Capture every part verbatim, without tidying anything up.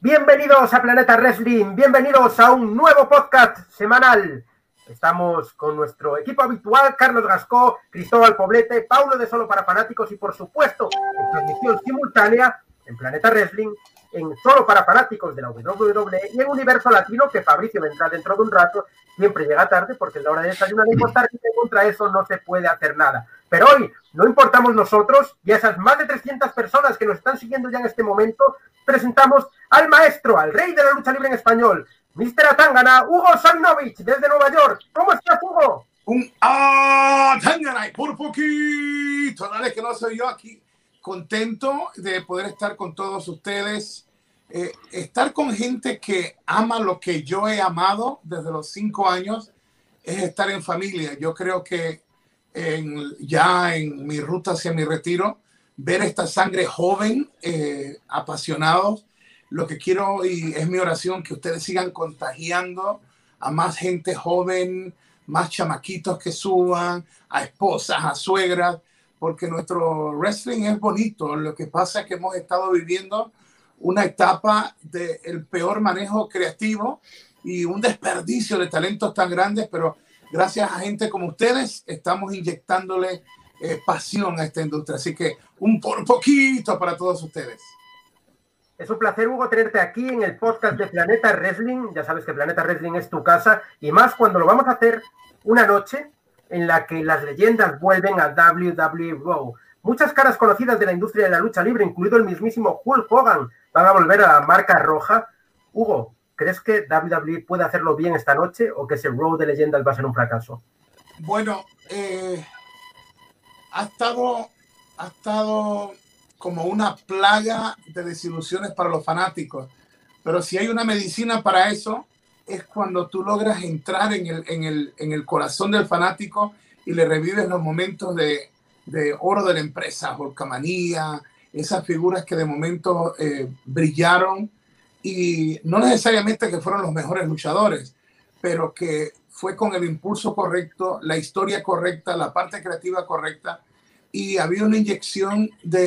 Bienvenidos a Planeta Wrestling, bienvenidos a un nuevo podcast semanal. Estamos con nuestro equipo habitual, Carlos Gascó, Cristóbal Poblete, Paulo de Solo para Fanáticos y, por supuesto, en transmisión simultánea en Planeta Wrestling, en Solo para Fanáticos de la doble u doble u E y en Universo Latino, que Fabricio vendrá dentro de un rato. Siempre llega tarde porque es la hora de desayunar en Costa Rica y contra eso no se puede hacer nada. Pero hoy no importamos nosotros y a esas más de trescientas personas que nos están siguiendo ya en este momento, presentamos al maestro, al rey de la lucha libre en español, mister Atangana, Hugo Sabinovich, desde Nueva York. ¿Cómo estás, Hugo? Un Atangana, por poquito, dale que no soy yo aquí. Contento de poder estar con todos ustedes, eh, estar con gente que ama lo que yo he amado desde los cinco años, es estar en familia. Yo creo que en, ya en mi ruta hacia mi retiro, ver esta sangre joven, eh, apasionados, lo que quiero y es mi oración, que ustedes sigan contagiando a más gente joven, más chamaquitos que suban, a esposas, a suegras, porque nuestro wrestling es bonito. Lo que pasa es que hemos estado viviendo una etapa del peor manejo creativo y un desperdicio de talentos tan grandes, pero gracias a gente como ustedes estamos inyectándole eh, pasión a esta industria. Así que un por poquito para todos ustedes. Es un placer, Hugo, tenerte aquí en el podcast de Planeta Wrestling. Ya sabes que Planeta Wrestling es tu casa, y más cuando lo vamos a hacer una noche en la que las leyendas vuelven a doble u doble u E Raw. Muchas caras conocidas de la industria de la lucha libre, incluido el mismísimo Hulk Hogan, van a volver a la marca roja. Hugo, ¿crees que doble u doble u E puede hacerlo bien esta noche o que ese Raw de leyendas va a ser un fracaso? Bueno, eh, ha estado, ha estado como una plaga de desilusiones para los fanáticos, pero si hay una medicina para eso, es cuando tú logras entrar en el, en el, en el corazón del fanático y le revives los momentos de, de oro de la empresa, Hulkamania, esas figuras que de momento eh, brillaron, y no necesariamente que fueron los mejores luchadores, pero que fue con el impulso correcto, la historia correcta, la parte creativa correcta, y había una inyección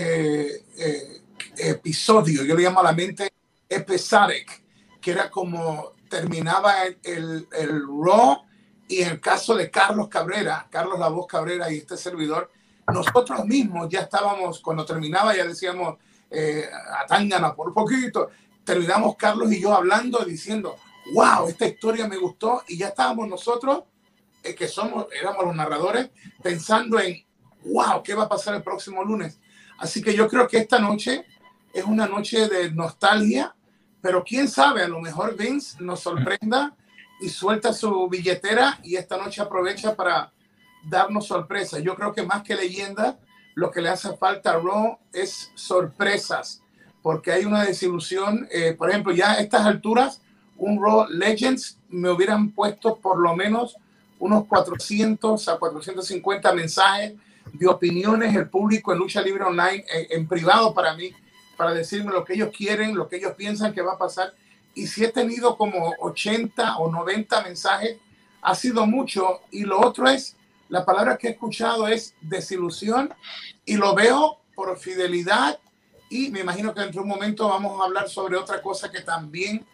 de eh, episodio, yo le llamo a la mente episodic, que era como terminaba el, el, el Raw, y en el caso de Carlos Cabrera, Carlos La Voz Cabrera y este servidor, nosotros mismos ya estábamos, cuando terminaba ya decíamos, eh, Atangana por poquito, terminamos Carlos y yo hablando, diciendo, wow, esta historia me gustó, y ya estábamos nosotros, eh, que somos, éramos los narradores, pensando en, wow, ¿qué va a pasar el próximo lunes? Así que yo creo que esta noche es una noche de nostalgia, pero quién sabe, a lo mejor Vince nos sorprenda y suelta su billetera y esta noche aprovecha para darnos sorpresas. Yo creo que más que leyenda, lo que le hace falta a Raw es sorpresas, porque hay una desilusión. Eh, por ejemplo, ya a estas alturas, un Raw Legends me hubieran puesto por lo menos unos cuatrocientos a cuatrocientos cincuenta mensajes de opiniones, el público en Lucha Libre Online, en, en privado para mí, para decirme lo que ellos quieren, lo que ellos piensan que va a pasar. Y si he tenido como ochenta o noventa mensajes, ha sido mucho. Y lo otro es, la palabra que he escuchado es desilusión, y lo veo por fidelidad, y me imagino que dentro de un momento vamos a hablar sobre otra cosa que también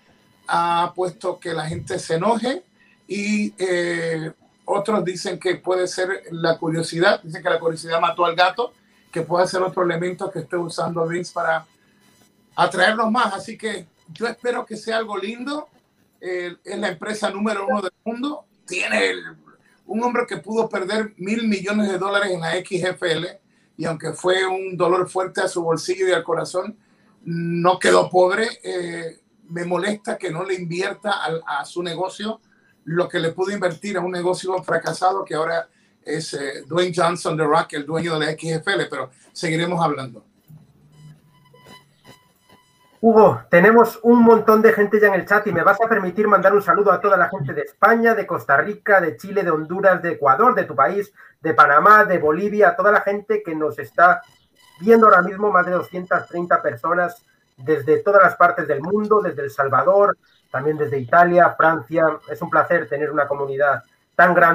ha puesto que la gente se enoje, y eh, otros dicen que puede ser la curiosidad, dicen que la curiosidad mató al gato, que puede ser otro elemento que esté usando Vince para atraernos más. Así que yo espero que sea algo lindo. Eh, es la empresa número uno del mundo. Tiene el, un hombre que pudo perder mil millones de dólares en la X F L, y aunque fue un dolor fuerte a su bolsillo y al corazón, no quedó pobre. Eh, me molesta que no le invierta a, a su negocio lo que le pudo invertir a un negocio fracasado que ahora es eh, Dwayne Johnson, The Rock, el dueño de la X F L, pero seguiremos hablando. Hugo, tenemos un montón de gente ya en el chat y me vas a permitir mandar un saludo a toda la gente de España, de Costa Rica, de Chile, de Honduras, de Ecuador, de tu país, de Panamá, de Bolivia, a toda la gente que nos está viendo ahora mismo, más de doscientas treinta personas desde todas las partes del mundo, desde El Salvador, también desde Italia, Francia. Es un placer tener una comunidad tan grande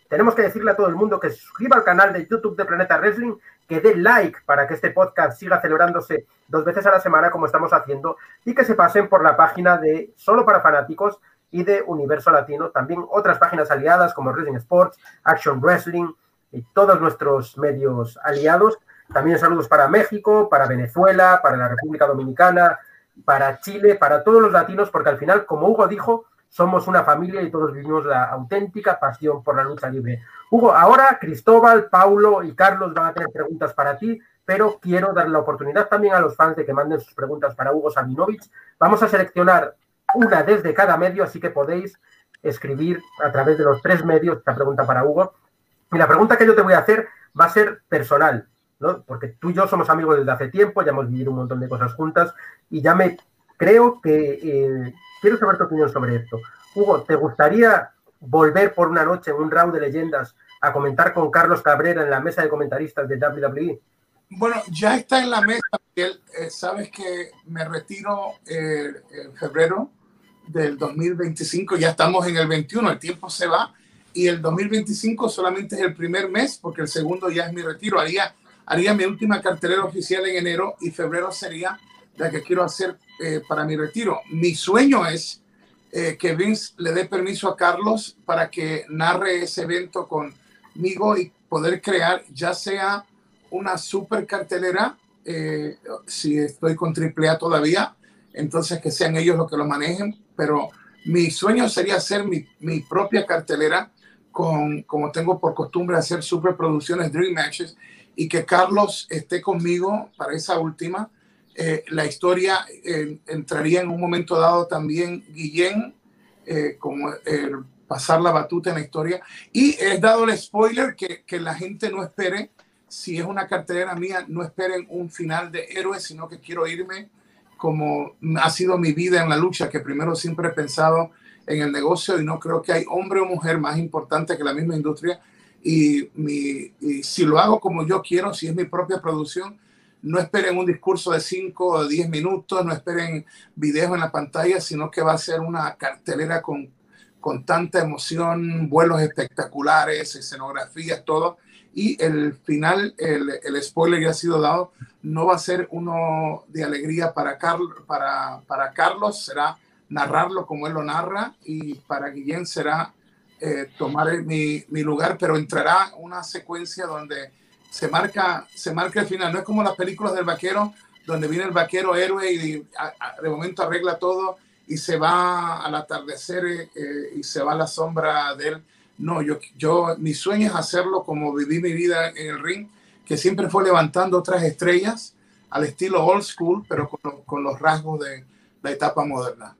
tenemos que decirle a todo el mundo que se suscriba al canal de YouTube de Planeta Wrestling, que dé like para que este podcast siga celebrándose dos veces a la semana como estamos haciendo, y que se pasen por la página de Solo para Fanáticos y de Universo Latino, también otras páginas aliadas como Wrestling Sports, Action Wrestling y todos nuestros medios aliados. También saludos para México, para Venezuela, para la República Dominicana, para Chile, para todos los latinos, porque al final, como Hugo dijo, somos una familia y todos vivimos la auténtica pasión por la lucha libre. Hugo, ahora Cristóbal, Paulo y Carlos van a tener preguntas para ti, pero quiero dar la oportunidad también a los fans de que manden sus preguntas para Hugo Sabinovich. Vamos a seleccionar una desde cada medio, así que podéis escribir a través de los tres medios esta pregunta para Hugo. Y la pregunta que yo te voy a hacer va a ser personal, ¿no? Porque tú y yo somos amigos desde hace tiempo, ya hemos vivido un montón de cosas juntas y ya me creo que... Eh, quiero saber tu opinión sobre esto. Hugo, ¿te gustaría volver por una noche en un round de leyendas a comentar con Carlos Cabrera en la mesa de comentaristas de doble u doble u E? Bueno, ya está en la mesa, Miguel. Eh, sabes que me retiro eh, en febrero del dos mil veinticinco, ya estamos en el veintiuno, el tiempo se va, y el dos mil veinticinco solamente es el primer mes, porque el segundo ya es mi retiro. Haría, haría mi última cartelera oficial en enero, y febrero sería la que quiero hacer eh, para mi retiro. Mi sueño es eh, que Vince le dé permiso a Carlos para que narre ese evento conmigo y poder crear ya sea una super cartelera, eh, si estoy con triple A todavía, entonces que sean ellos los que lo manejen, pero mi sueño sería hacer mi, mi propia cartelera con, como tengo por costumbre, hacer superproducciones, Dream Matches, y que Carlos esté conmigo para esa última. Eh, la historia eh, entraría en un momento dado también Guillén, eh, como el pasar la batuta en la historia, y he dado el spoiler que, que la gente no espere, si es una cartelera mía, no esperen un final de héroes, sino que quiero irme como ha sido mi vida en la lucha, que primero siempre he pensado en el negocio y no creo que hay hombre o mujer más importante que la misma industria, y, mi, y si lo hago como yo quiero, si es mi propia producción, no esperen un discurso de cinco o diez minutos, no esperen videos en la pantalla, sino que va a ser una cartelera con, con tanta emoción, vuelos espectaculares, escenografías, todo. Y el final, el, el spoiler ya ha sido dado, no va a ser uno de alegría para, Carl, para, para Carlos, será narrarlo como él lo narra, y para Guillén será eh, tomar el, mi, mi lugar, pero entrará una secuencia donde se marca, se marca el final. No es como las películas del vaquero, donde viene el vaquero héroe y a, a, de momento arregla todo y se va al atardecer eh, y se va a la sombra de él. No, yo, yo, mi sueño es hacerlo como viví mi vida en el ring, que siempre fue levantando otras estrellas al estilo old school, pero con, lo, con los rasgos de la etapa moderna.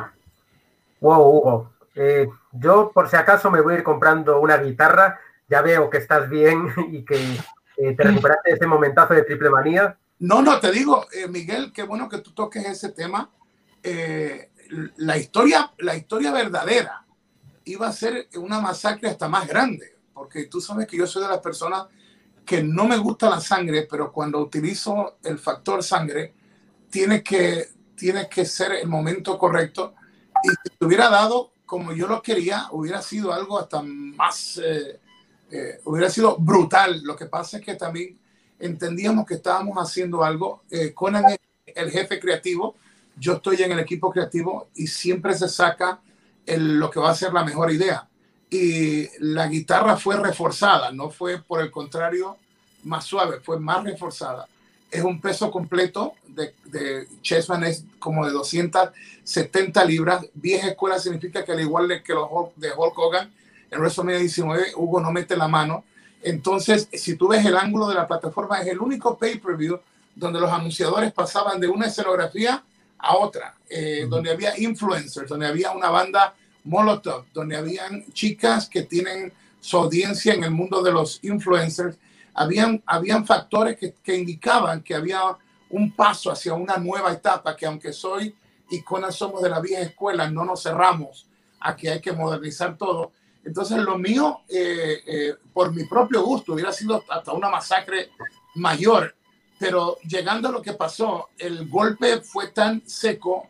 Wow, Hugo. Eh, yo, por si acaso, me voy a ir comprando una guitarra. Ya veo que estás bien y que eh, te recuperaste de ese momentazo de Triple Manía. No, no, te digo, eh, Miguel, qué bueno que tú toques ese tema. Eh, la historia, la historia verdadera iba a ser una masacre hasta más grande, porque tú sabes que yo soy de las personas que no me gusta la sangre, pero cuando utilizo el factor sangre, tiene que, tiene que ser el momento correcto, y si te hubiera dado como yo lo quería, hubiera sido algo hasta más, eh, eh, hubiera sido brutal. Lo que pasa es que también entendíamos que estábamos haciendo algo. eh, Conan es el jefe creativo, yo estoy en el equipo creativo, y siempre se saca El, lo que va a ser la mejor idea. Y la guitarra fue reforzada, no fue por el contrario más suave, fue más reforzada. Es un peso completo de, de Chessman, es como de doscientas setenta libras. Vieja escuela significa que al igual que los de Hulk Hogan, en WrestleMania diecinueve, Hugo no mete la mano. Entonces, si tú ves el ángulo de la plataforma, es el único pay-per-view donde los anunciadores pasaban de una escenografía a otra, eh, uh-huh. donde había influencers, donde había una banda Molotov, donde habían chicas que tienen su audiencia en el mundo de los influencers. Habían, habían factores que, que indicaban que había un paso hacia una nueva etapa, que aunque soy y Conan somos de la vieja escuela, no nos cerramos a que hay que modernizar todo. Entonces lo mío, eh, eh, por mi propio gusto, hubiera sido hasta una masacre mayor. Pero llegando a lo que pasó, el golpe fue tan seco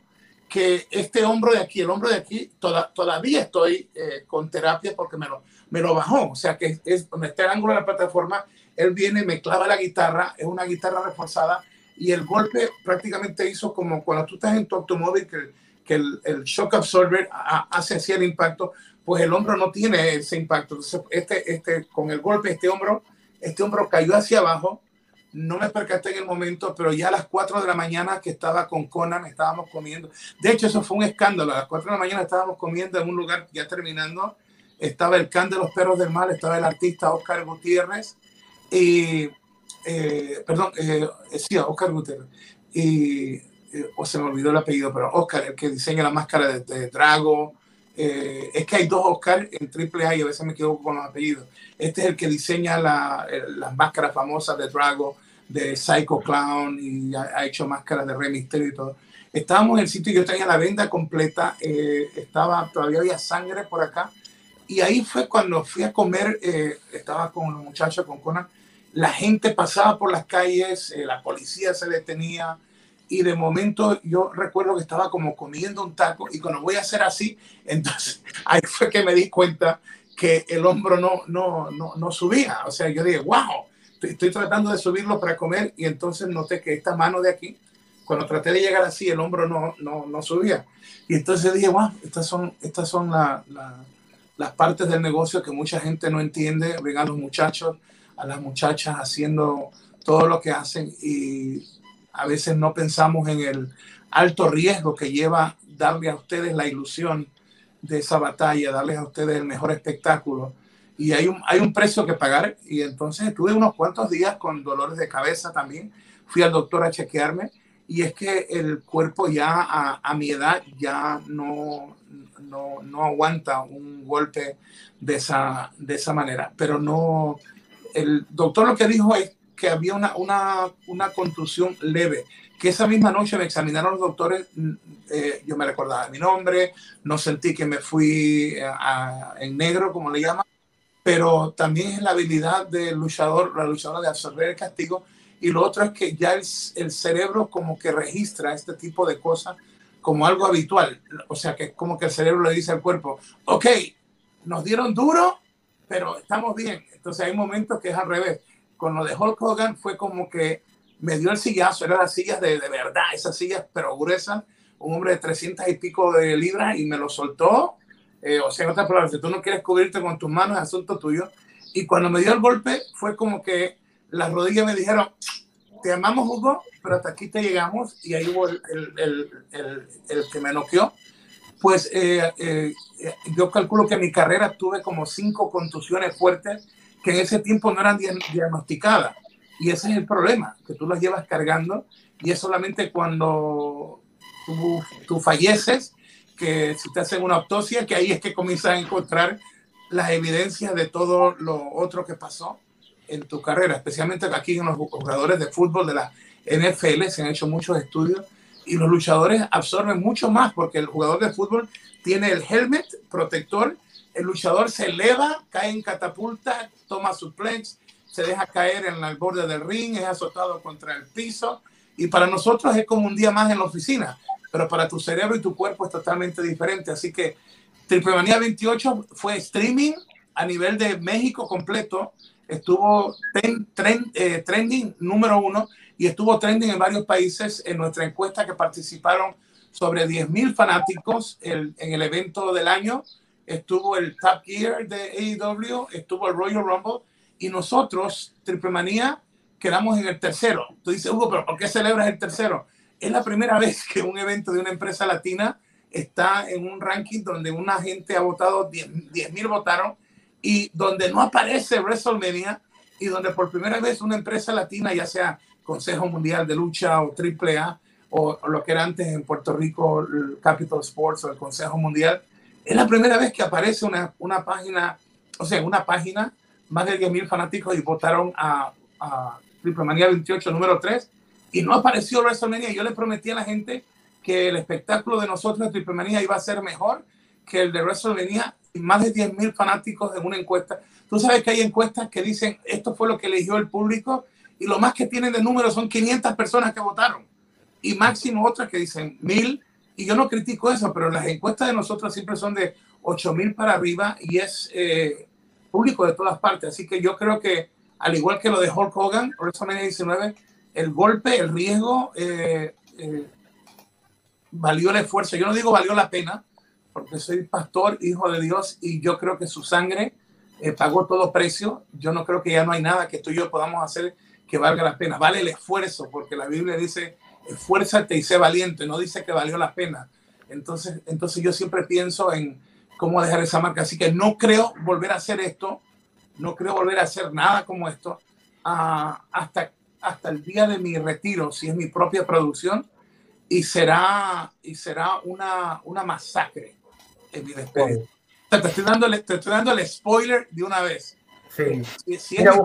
que este hombro de aquí, el hombro de aquí, toda, todavía estoy eh, con terapia porque me lo, me lo bajó. O sea que es donde está el ángulo de la plataforma, él viene, me clava la guitarra, es una guitarra reforzada y el golpe prácticamente hizo como cuando tú estás en tu automóvil que, que el, el shock absorber a, hace así el impacto, pues el hombro no tiene ese impacto. Entonces, este, este, con el golpe, este hombro, este hombro cayó hacia abajo. No me percaté en el momento, pero ya a las cuatro de la mañana que estaba con Conan, estábamos comiendo. De hecho, eso fue un escándalo. A las cuatro de la mañana estábamos comiendo en un lugar ya terminando. Estaba el Can de los Perros del Mal, estaba el artista Oscar Gutiérrez. Y, eh, perdón, eh, sí, Oscar Gutiérrez. Y, eh, o se me olvidó el apellido, pero Oscar, el que diseña la máscara de, de Drago. Eh, es que hay dos Oscar en triple A y a veces me equivoco con los apellidos. Este es el que diseña la, las máscaras famosas de Drago, de Psycho Clown, y ha, ha hecho máscaras de Rey Mysterio y todo. Estábamos en el sitio y yo tenía la venda completa, eh, estaba, todavía había sangre por acá, y ahí fue cuando fui a comer, eh, estaba con los muchachos, con Conan, la gente pasaba por las calles, eh, la policía se detenía, y de momento yo recuerdo que estaba como comiendo un taco, y cuando voy a hacer así, entonces ahí fue que me di cuenta que el hombro no, no, no, no subía. O sea, yo dije, wow, estoy tratando de subirlo para comer y entonces noté que esta mano de aquí, cuando traté de llegar así, el hombro no, no, no subía. Y entonces dije, wow, estas son, estas son la, la, las partes del negocio que mucha gente no entiende. Ven a los muchachos, a las muchachas haciendo todo lo que hacen y a veces no pensamos en el alto riesgo que lleva darle a ustedes la ilusión de esa batalla, darles a ustedes el mejor espectáculo. Y hay un, hay un precio que pagar. Y entonces estuve unos cuantos días con dolores de cabeza también. Fui al doctor a chequearme y es que el cuerpo ya a, a mi edad ya no, no, no aguanta un golpe de esa, de esa manera. Pero no, el doctor lo que dijo es que había una, una, una contusión leve, que esa misma noche me examinaron los doctores, eh, yo me recordaba mi nombre, no sentí que me fui a, a, en negro, como le llaman, pero también es la habilidad del luchador, la luchadora de absorber el castigo, y lo otro es que ya el, el cerebro como que registra este tipo de cosas como algo habitual, o sea que es como que el cerebro le dice al cuerpo, ok, nos dieron duro, pero estamos bien. Entonces hay momentos que es al revés. Con lo de Hulk Hogan fue como que me dio el sillazo, eran las sillas de, de verdad, esas sillas pero gruesas, un hombre de trescientas y pico de libras y me lo soltó, eh, o sea, en otras palabras, si tú no quieres cubrirte con tus manos es asunto tuyo, y cuando me dio el golpe fue como que las rodillas me dijeron, te amamos Hugo, pero hasta aquí te llegamos, y ahí hubo el, el, el, el, el que me noqueó. Pues eh, eh, yo calculo que en mi carrera tuve como cinco contusiones fuertes que en ese tiempo no eran diagnosticadas. Y ese es el problema, que tú las llevas cargando y es solamente cuando tú, tú falleces, que si te hacen una autopsia, que ahí es que comienzas a encontrar las evidencias de todo lo otro que pasó en tu carrera, especialmente aquí en los jugadores de fútbol de la N F L, se han hecho muchos estudios y los luchadores absorben mucho más porque el jugador de fútbol tiene el helmet protector, el luchador se eleva, cae en catapulta, toma suplex, se deja caer en el borde del ring, es azotado contra el piso y para nosotros es como un día más en la oficina, pero para tu cerebro y tu cuerpo es totalmente diferente. Así que Triple Manía veintiocho fue streaming a nivel de México completo, estuvo ten, trend, eh, trending número uno y estuvo trending en varios países. En nuestra encuesta que participaron sobre diez mil fanáticos el, en el evento del año, estuvo el Top Gear de A E W, estuvo el Royal Rumble y nosotros, Triple Manía, quedamos en el tercero. Tú dices, Hugo, ¿pero por qué celebras el tercero? Es la primera vez que un evento de una empresa latina está en un ranking donde una gente ha votado, diez mil votaron, y donde no aparece WrestleMania, y donde por primera vez una empresa latina, ya sea Consejo Mundial de Lucha o Triple A, o, o lo que era antes en Puerto Rico, el Capital Sports o el Consejo Mundial, es la primera vez que aparece una, una página, o sea, una página, más de diez mil fanáticos y votaron a, a Triple Manía veintiocho número tres, y no apareció WrestleMania. Yo le prometí a la gente que el espectáculo de nosotros de Triple Manía iba a ser mejor que el de WrestleMania, y más de diez mil fanáticos en una encuesta. Tú sabes que hay encuestas que dicen esto fue lo que eligió el público y lo más que tienen de número son quinientas personas que votaron y máximo otras que dicen mil, Y yo no critico eso, pero las encuestas de nosotros siempre son de ocho mil para arriba y es eh, público de todas partes. Así que yo creo que, al igual que lo de Hulk Hogan, WrestleMania diecinueve, el golpe, el riesgo, eh, eh, valió el esfuerzo. Yo no digo valió la pena, porque soy pastor, hijo de Dios, y yo creo que su sangre eh, pagó todo precio. Yo no creo que ya no hay nada que tú y yo podamos hacer que valga la pena. Vale el esfuerzo, porque la Biblia dice, esfuérzate y sé valiente, no dice que valió la pena. Entonces, entonces yo siempre pienso en cómo dejar esa marca. Así que no creo volver a hacer esto, no creo volver a hacer nada como esto uh, hasta, hasta el día de mi retiro, si es mi propia producción, y será, y será una, una masacre en mi despedida. Sí. O sea, te, estoy dando, te estoy dando el spoiler de una vez. Sí. Si, si, es, mi,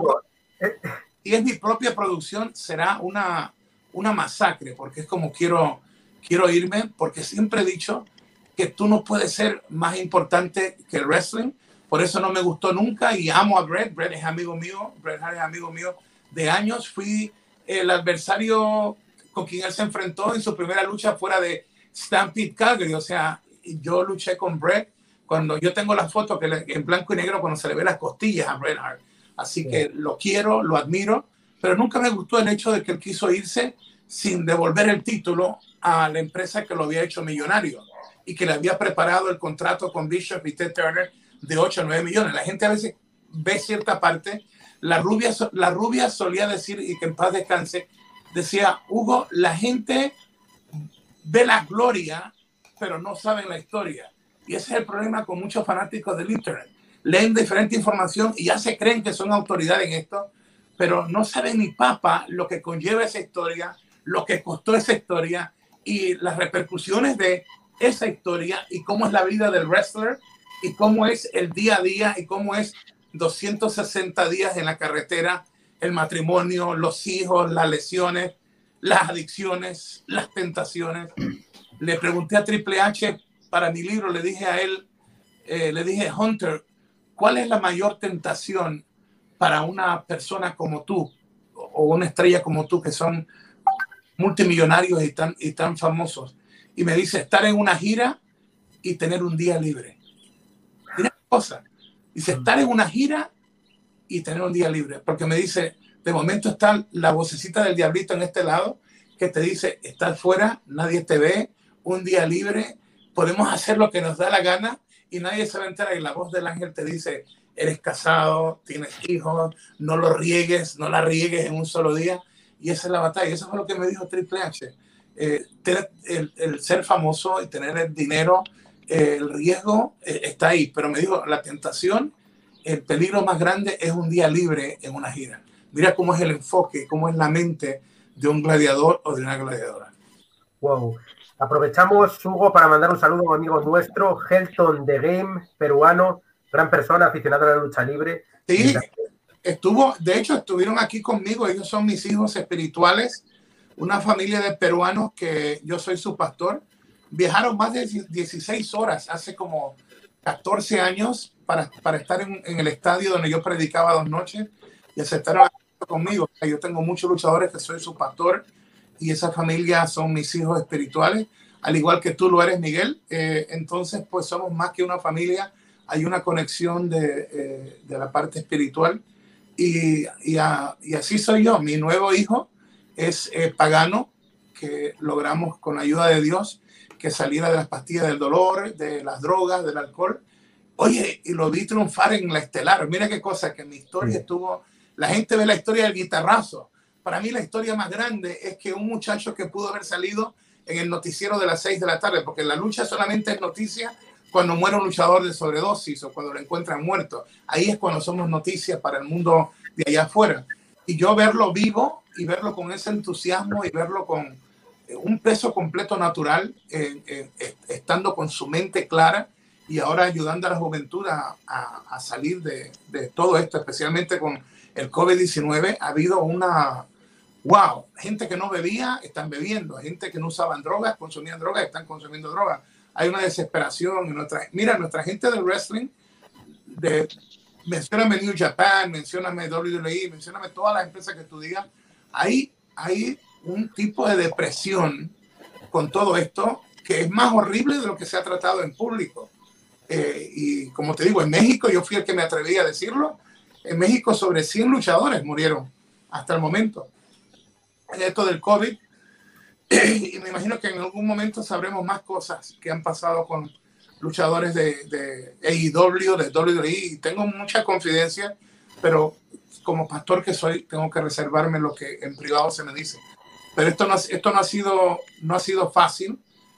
si es mi propia producción, será una, una masacre, porque es como quiero, quiero irme, porque siempre he dicho que tú no puedes ser más importante que el wrestling. Por eso no me gustó nunca y amo a Bret. Bret es amigo mío, Bret Hart es amigo mío de años. Fui el adversario con quien él se enfrentó en su primera lucha fuera de Stampede Calgary. O sea, yo luché con Bret cuando yo tengo la foto que le, en blanco y negro cuando se le ve las costillas a Bret Hart. Así sí. que lo quiero, lo admiro, pero nunca me gustó el hecho de que él quiso irse sin devolver el título a la empresa que lo había hecho millonario y que le había preparado el contrato con Bishop y Ted Turner de ocho a nueve millones. La gente a veces ve cierta parte. La rubia, la rubia solía decir, y que en paz descanse, decía, Hugo, la gente ve la gloria, pero no saben la historia. Y ese es el problema con muchos fanáticos del Internet. Leen diferente información y ya se creen que son autoridades en esto, pero no saben ni papa lo que conlleva esa historia, lo que costó esa historia y las repercusiones de esa historia y cómo es la vida del wrestler y cómo es el día a día y cómo es doscientos sesenta días en la carretera, el matrimonio, los hijos, las lesiones, las adicciones, las tentaciones. Le pregunté a Triple H para mi libro, le dije a él, eh, le dije, Hunter, ¿cuál es la mayor tentación para una persona como tú o una estrella como tú que son multimillonarios y tan, y tan famosos? Y me dice, estar en una gira y tener un día libre. Mira qué cosa. Dice, estar en una gira y tener un día libre. Porque me dice, de momento está la vocecita del diablito en este lado que te dice, estás fuera, nadie te ve, un día libre, podemos hacer lo que nos da la gana y nadie se va a enterar. Y la voz del ángel te dice, eres casado, tienes hijos, no lo riegues, no la riegues en un solo día. Y esa es la batalla. Eso fue lo que me dijo Triple H. Eh, tener, el, el ser famoso y tener el dinero, eh, el riesgo eh, está ahí, pero me dijo, la tentación, el peligro más grande es un día libre en una gira. Mira cómo es el enfoque, cómo es la mente de un gladiador o de una gladiadora. Wow. Aprovechamos, Hugo, para mandar un saludo a un amigo nuestro, Helton The Game, peruano, gran persona, aficionado a la lucha libre. Sí, estuvo, de hecho estuvieron aquí conmigo, ellos son mis hijos espirituales, una familia de peruanos que yo soy su pastor. Viajaron más de dieciséis horas hace como catorce años para, para estar en, en el estadio donde yo predicaba dos noches y aceptaron conmigo. Yo tengo muchos luchadores que soy su pastor y esa familia son mis hijos espirituales, al igual que tú lo eres, Miguel. Eh, entonces, pues somos más que una familia. Hay una conexión de, eh, de la parte espiritual y, y, a, y así soy yo. Mi nuevo hijo es eh, pagano, que logramos con la ayuda de Dios que saliera de las pastillas del dolor, de las drogas, del alcohol. Oye, y lo vi triunfar en la estelar. Mira qué cosa, que mi historia estuvo... La gente ve la historia del guitarrazo. Para mí la historia más grande es que un muchacho que pudo haber salido en el noticiero de las seis de la tarde, porque la lucha solamente es noticia cuando muere un luchador de sobredosis o cuando lo encuentran muerto. Ahí es cuando somos noticias para el mundo de allá afuera. Y yo verlo vivo y verlo con ese entusiasmo y verlo con un peso completo natural, eh, eh, estando con su mente clara y ahora ayudando a la juventud a, a, a salir de, de todo esto, especialmente con el COVID diecinueve, ha habido una, wow, gente que no bebía, están bebiendo, gente que no usaban drogas, consumían drogas, están consumiendo drogas. Hay una desesperación. En nuestra, mira, nuestra gente del wrestling, de, mencióname New Japan, mencióname W W E, mencióname todas las empresas que tú digas, hay, hay un tipo de depresión con todo esto que es más horrible de lo que se ha tratado en público. Eh, y como te digo, en México, yo fui el que me atreví a decirlo, en México sobre cien luchadores murieron hasta el momento en esto del COVID. Y me imagino que en algún momento sabremos más cosas que han pasado con luchadores de, de A E W, de W W E, y tengo mucha confidencia, pero como pastor que soy, tengo que reservarme lo que en privado se me dice. Pero esto no, esto no, ha, sido, no ha sido fácil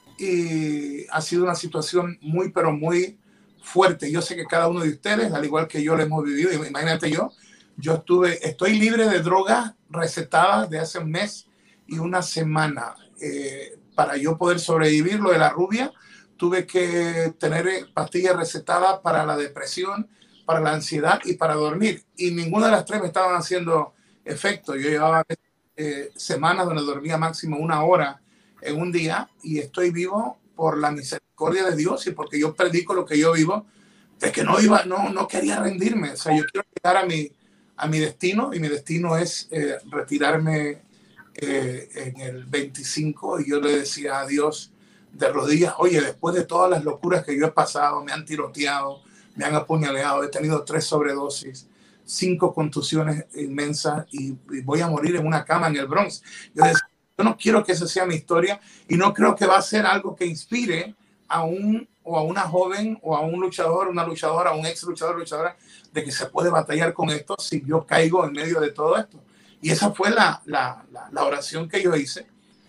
y ha sido una situación muy, pero muy fuerte. Yo sé que cada uno de ustedes, al igual que yo, lo hemos vivido. Imagínate yo, yo estuve, estoy libre de drogas recetadas de hace un mes y una semana. Eh, para yo poder sobrevivir lo de la rubia, tuve que tener pastillas recetadas para la depresión, para la ansiedad y para dormir. Y ninguna de las tres me estaban haciendo efecto. Yo llevaba eh, semanas donde dormía máximo una hora en un día y estoy vivo por la misericordia de Dios y porque yo predico lo que yo vivo, es que no iba, no, no quería rendirme. O sea, yo quiero llegar a mi, a mi destino y mi destino es eh, retirarme eh, en el veinticinco y yo le decía a Dios de rodillas, oye, después de todas las locuras que yo he pasado, me han tiroteado, me han apuñaleado, he tenido tres sobredosis, cinco contusiones inmensas y, y voy a morir en una cama en el Bronx. Yo decía, yo no quiero que esa sea mi historia y no creo que va a ser algo que inspire a un o a una joven o a un luchador, una luchadora, a un ex luchador, luchadora, de que se puede batallar con esto si yo caigo en medio de todo esto. Y esa fue la, la, la, la oración que yo hice.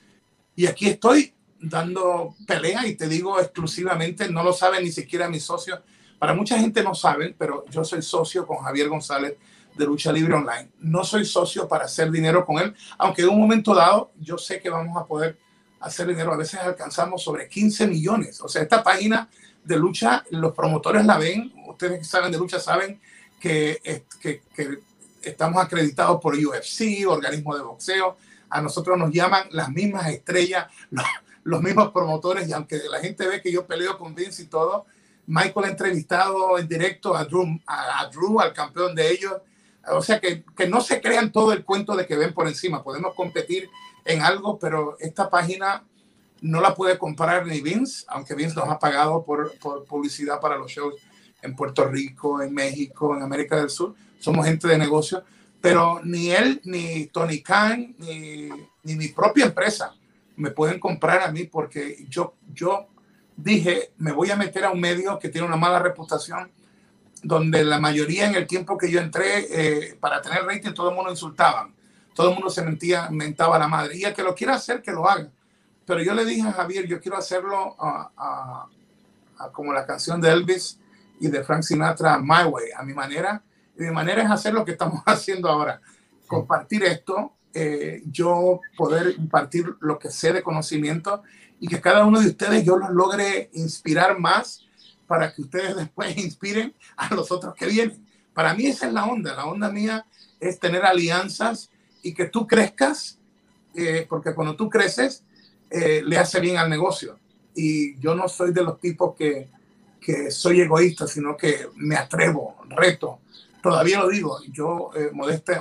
Y aquí estoy dando pelea y te digo exclusivamente, no lo saben ni siquiera mis socios. Para mucha gente no saben, pero yo soy socio con Javier González de Lucha Libre Online. No soy socio para hacer dinero con él, aunque en un momento dado yo sé que vamos a poder hacer dinero. A veces alcanzamos sobre quince millones. O sea, esta página de lucha, los promotores la ven, ustedes que saben de lucha saben que, que, que estamos acreditados por U F C, organismo de boxeo. A nosotros nos llaman las mismas estrellas, los, los mismos promotores, y aunque la gente ve que yo peleo con Vince y todo, Michael ha entrevistado en directo a Drew, a, a Drew, al campeón de ellos. O sea, que, que no se crean todo el cuento de que ven por encima. Podemos competir en algo, pero esta página no la puede comprar ni Vince, aunque Vince nos ha pagado por, por publicidad para los shows en Puerto Rico, en México, en América del Sur. Somos gente de negocio, pero ni él, ni Tony Khan, ni, ni mi propia empresa me pueden comprar a mí porque yo, yo dije, me voy a meter a un medio que tiene una mala reputación, donde la mayoría en el tiempo que yo entré, eh, para tener rating, todo el mundo insultaban. Todo el mundo se mentía, mentaba a la madre. Y el que lo quiera hacer, que lo haga. Pero yo le dije a Javier, yo quiero hacerlo uh, uh, uh, como la canción de Elvis y de Frank Sinatra, My Way, a mi manera. Y mi manera es hacer lo que estamos haciendo ahora. Compartir esto, eh, yo poder impartir lo que sé de conocimiento y que cada uno de ustedes yo los logre inspirar más para que ustedes después inspiren a los otros que vienen. Para mí esa es la onda. La onda mía es tener alianzas y que tú crezcas, eh, porque cuando tú creces, eh, le hace bien al negocio. Y yo no soy de los tipos que, que soy egoísta, sino que me atrevo, reto. Todavía lo digo, yo, eh, modestia,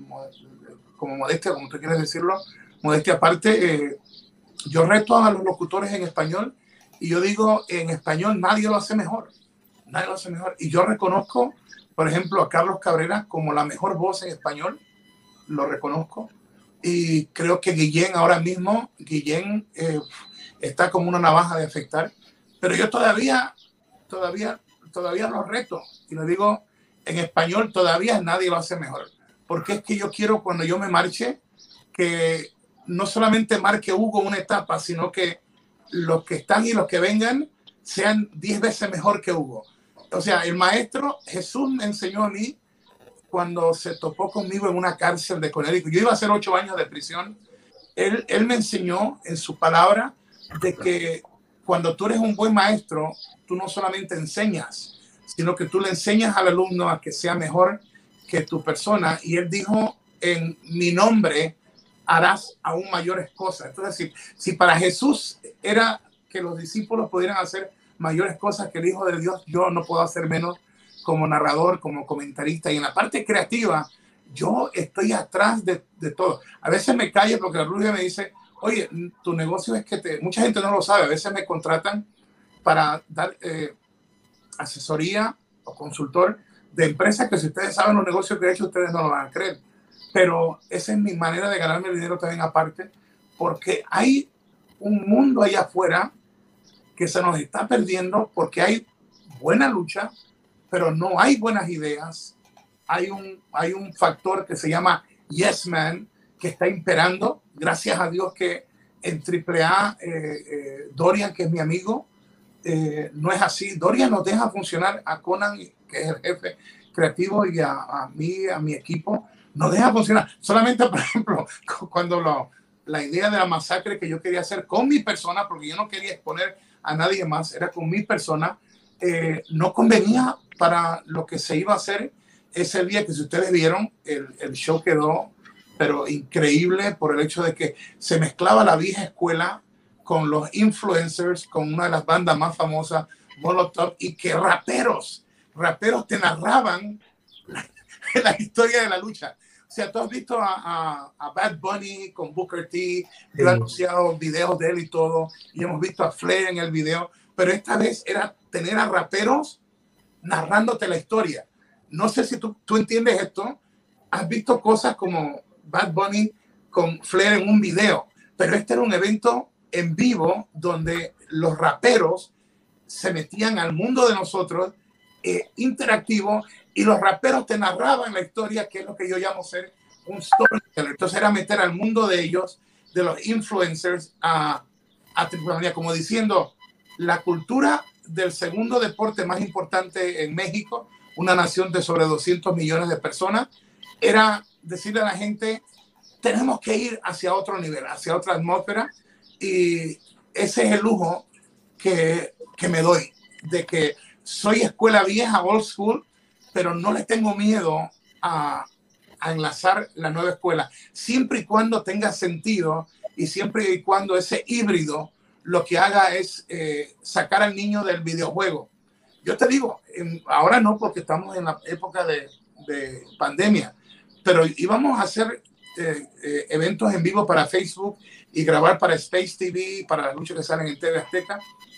como modestia, como tú quieres decirlo, modestia aparte, eh, yo reto a los locutores en español y yo digo, en español nadie lo hace mejor, nadie lo hace mejor. Y yo reconozco, por ejemplo, a Carlos Cabrera como la mejor voz en español, lo reconozco. Y creo que Guillén ahora mismo, Guillén eh, está como una navaja de afectar, pero yo todavía, todavía, todavía lo reto y lo digo en español, todavía nadie lo hace mejor, porque es que yo quiero cuando yo me marche que no solamente marque Hugo una etapa, sino que los que están y los que vengan sean diez veces mejor que Hugo. O sea, el maestro Jesús me enseñó a mí cuando se topó conmigo en una cárcel de Connecticut. Yo iba a hacer ocho años de prisión. Él, él me enseñó en su palabra de que cuando tú eres un buen maestro, tú no solamente enseñas, sino que tú le enseñas al alumno a que sea mejor que tu persona. Y él dijo, en mi nombre harás aún mayores cosas. Entonces, si, si para Jesús era que los discípulos pudieran hacer mayores cosas que el Hijo de Dios, yo no puedo hacer menos como narrador, como comentarista. Y en la parte creativa, yo estoy atrás de, de todo. A veces me callo porque la Rubia me dice, oye, tu negocio es que te... Mucha gente no lo sabe, a veces me contratan para dar eh, asesoría o consultor de empresas que si ustedes saben los negocios que he hecho, ustedes no lo van a creer. Pero esa es mi manera de ganarme el dinero también aparte, porque hay un mundo allá afuera que se nos está perdiendo porque hay buena lucha, pero no hay buenas ideas. Hay un, hay un factor que se llama Yes Man que está imperando. Gracias a Dios que en triple A, eh, eh, Dorian, que es mi amigo, eh, no es así. Dorian nos deja funcionar a Conan, que es el jefe creativo, y a, a mí, a mi equipo, nos deja funcionar. Solamente, por ejemplo, cuando lo, la idea de la masacre que yo quería hacer con mi persona, porque yo no quería exponer a nadie más, era con mi persona, eh, no convenía para lo que se iba a hacer ese día, que si ustedes vieron, el, el show quedó pero increíble por el hecho de que se mezclaba la vieja escuela con los influencers, con una de las bandas más famosas, Molotov, y que raperos, raperos te narraban la, la historia de la lucha. O sea, tú has visto a, a, a Bad Bunny con Booker T, yo he anunciado videos de él y todo, y hemos visto a Flair en el video, pero esta vez era tener a raperos narrándote la historia. No sé si tú, tú entiendes esto. Has visto cosas como Bad Bunny con Flair en un video, pero este era un evento en vivo donde los raperos se metían al mundo de nosotros, eh, interactivo, y los raperos te narraban la historia, que es lo que yo llamo ser un storyteller. Entonces era meter al mundo de ellos, de los influencers, a, a Triple Manía, como diciendo, la cultura del segundo deporte más importante en México, una nación de sobre doscientos millones de personas, era decirle a la gente, tenemos que ir hacia otro nivel, hacia otra atmósfera, y ese es el lujo que, que me doy, de que soy escuela vieja, old school, pero no le tengo miedo a, a enlazar la nueva escuela, siempre y cuando tenga sentido y siempre y cuando ese híbrido lo que haga es eh, sacar al niño del videojuego. Yo te digo, en, ahora no, porque estamos en la época de, de pandemia, pero íbamos a hacer eh, eh, eventos en vivo para Facebook y grabar para Space T V, para las luchas que salen en T V Azteca.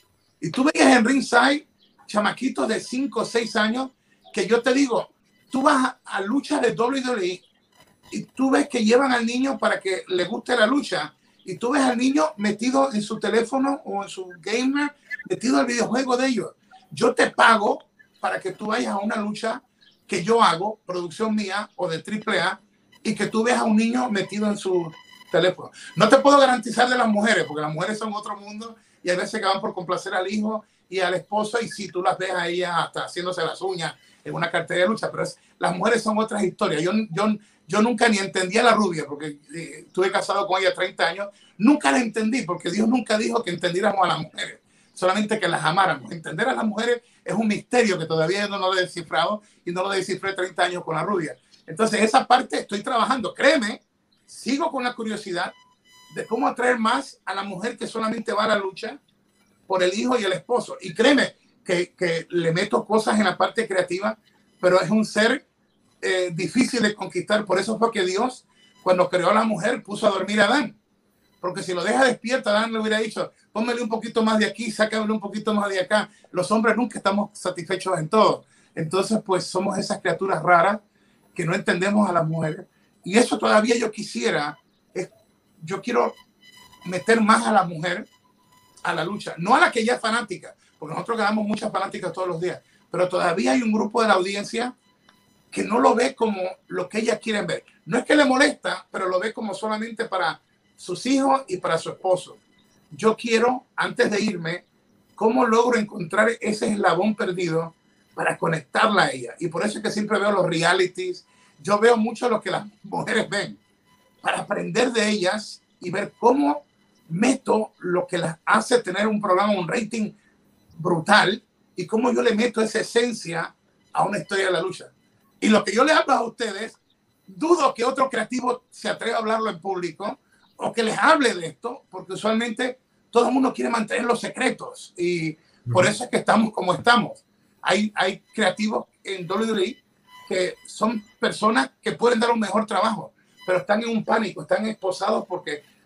Y tú veías en ringside chamaquitos de cinco o seis años que yo te digo, tú vas a, a luchas de doble u doble u E y tú ves que llevan al niño para que le guste la lucha, y tú ves al niño metido en su teléfono o en su gamer, metido al videojuego de ellos. Yo te pago para que tú vayas a una lucha que yo hago, producción mía o de triple A, y que tú veas a un niño metido en su teléfono. No te puedo garantizar de las mujeres, porque las mujeres son otro mundo y hay veces que van por complacer al hijo y al esposo, y si tú las ves a ellas hasta haciéndose las uñas en una cartera de lucha, pero es, las mujeres son otras historias. Yo, yo, yo nunca ni entendí a la rubia, porque eh, estuve casado con ella treinta años, nunca la entendí, porque Dios nunca dijo que entendiéramos a las mujeres, solamente que las amáramos. Entender a las mujeres es un misterio que todavía no lo he descifrado, y no lo descifré treinta años con la rubia. Entonces esa parte estoy trabajando, créeme, sigo con la curiosidad de cómo atraer más a la mujer que solamente va a la lucha por el hijo y el esposo. Y créeme que, que le meto cosas en la parte creativa, pero es un ser eh, difícil de conquistar. Por eso fue que Dios, cuando creó a la mujer, puso a dormir a Adán. Porque si lo deja despierto, Adán le hubiera dicho, póngale un poquito más de aquí, sácale un poquito más de acá. Los hombres nunca estamos satisfechos en todo. Entonces, pues somos esas criaturas raras que no entendemos a las mujeres. Y eso todavía yo quisiera, es, yo quiero meter más a la mujer a la lucha, no a la que ya es fanática, porque nosotros ganamos muchas fanáticas todos los días, pero todavía hay un grupo de la audiencia que no lo ve como lo que ellas quieren ver. No es que le molesta, pero lo ve como solamente para sus hijos y para su esposo. Yo quiero, antes de irme, cómo logro encontrar ese eslabón perdido para conectarla a ella. Y por eso es que siempre veo los realities. Yo veo mucho lo que las mujeres ven, para aprender de ellas y ver cómo meto lo que las hace tener un programa, un rating brutal, y cómo yo le meto esa esencia a una historia de la lucha. Y lo que yo le hablo a ustedes, dudo que otro creativo se atreva a hablarlo en público o que les hable de esto, porque usualmente todo el mundo quiere mantener los secretos, y por eso es que estamos como estamos. Hay, hay creativos en doble u doble u E que son personas que pueden dar un mejor trabajo, pero están en un pánico, están esposados porque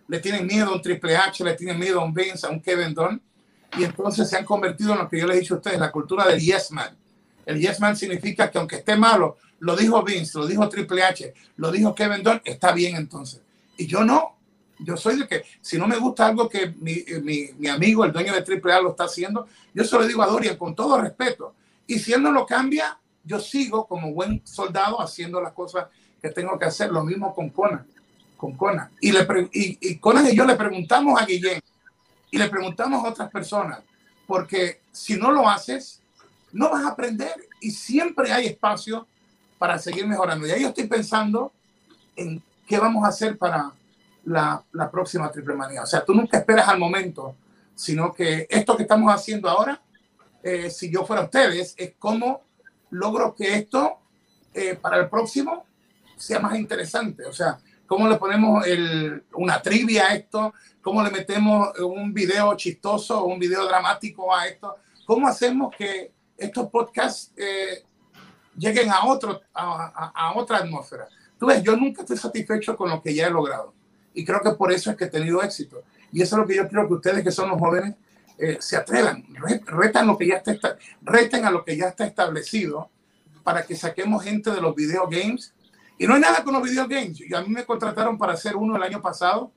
le tienen miedo a un Triple H, le tienen miedo a un Vince, a un Kevin Dunn, y entonces se han convertido en lo que yo les he dicho a ustedes, la cultura del yes man. El yes man significa que aunque esté malo, lo dijo Vince, lo dijo Triple H, lo dijo Kevin Dunn, está bien entonces. Y yo no, yo soy de que si no me gusta algo que mi, mi, mi amigo, el dueño de Triple A lo está haciendo, yo se lo digo a Dorian con todo respeto. Y si él no lo cambia, yo sigo como buen soldado haciendo las cosas que tengo que hacer. Lo mismo con Conan. Con Conan. Y, le y, y Conan y yo le preguntamos a Guillén y le preguntamos a otras personas, porque si no lo haces, no vas a aprender y siempre hay espacio para seguir mejorando. Y ahí yo estoy pensando en qué vamos a hacer para la, la próxima Triple Manía. O sea, tú nunca esperas al momento, sino que esto que estamos haciendo ahora, eh, si yo fuera ustedes, es cómo logro que esto eh, para el próximo sea más interesante. O sea, cómo le ponemos el, una trivia a esto, cómo le metemos un video chistoso o un video dramático a esto, cómo hacemos que estos podcasts eh, lleguen a, otro, a, a, a otra atmósfera. Tú ves, yo nunca estoy satisfecho con lo que ya he logrado y creo que por eso es que he tenido éxito. Y eso es lo que yo quiero que ustedes, que son los jóvenes, eh, se atrevan, retan lo que ya está, reten a lo que ya está establecido para que saquemos gente de los video games. Y no hay nada con los video games. Y a mí me contrataron para hacer uno el año pasado.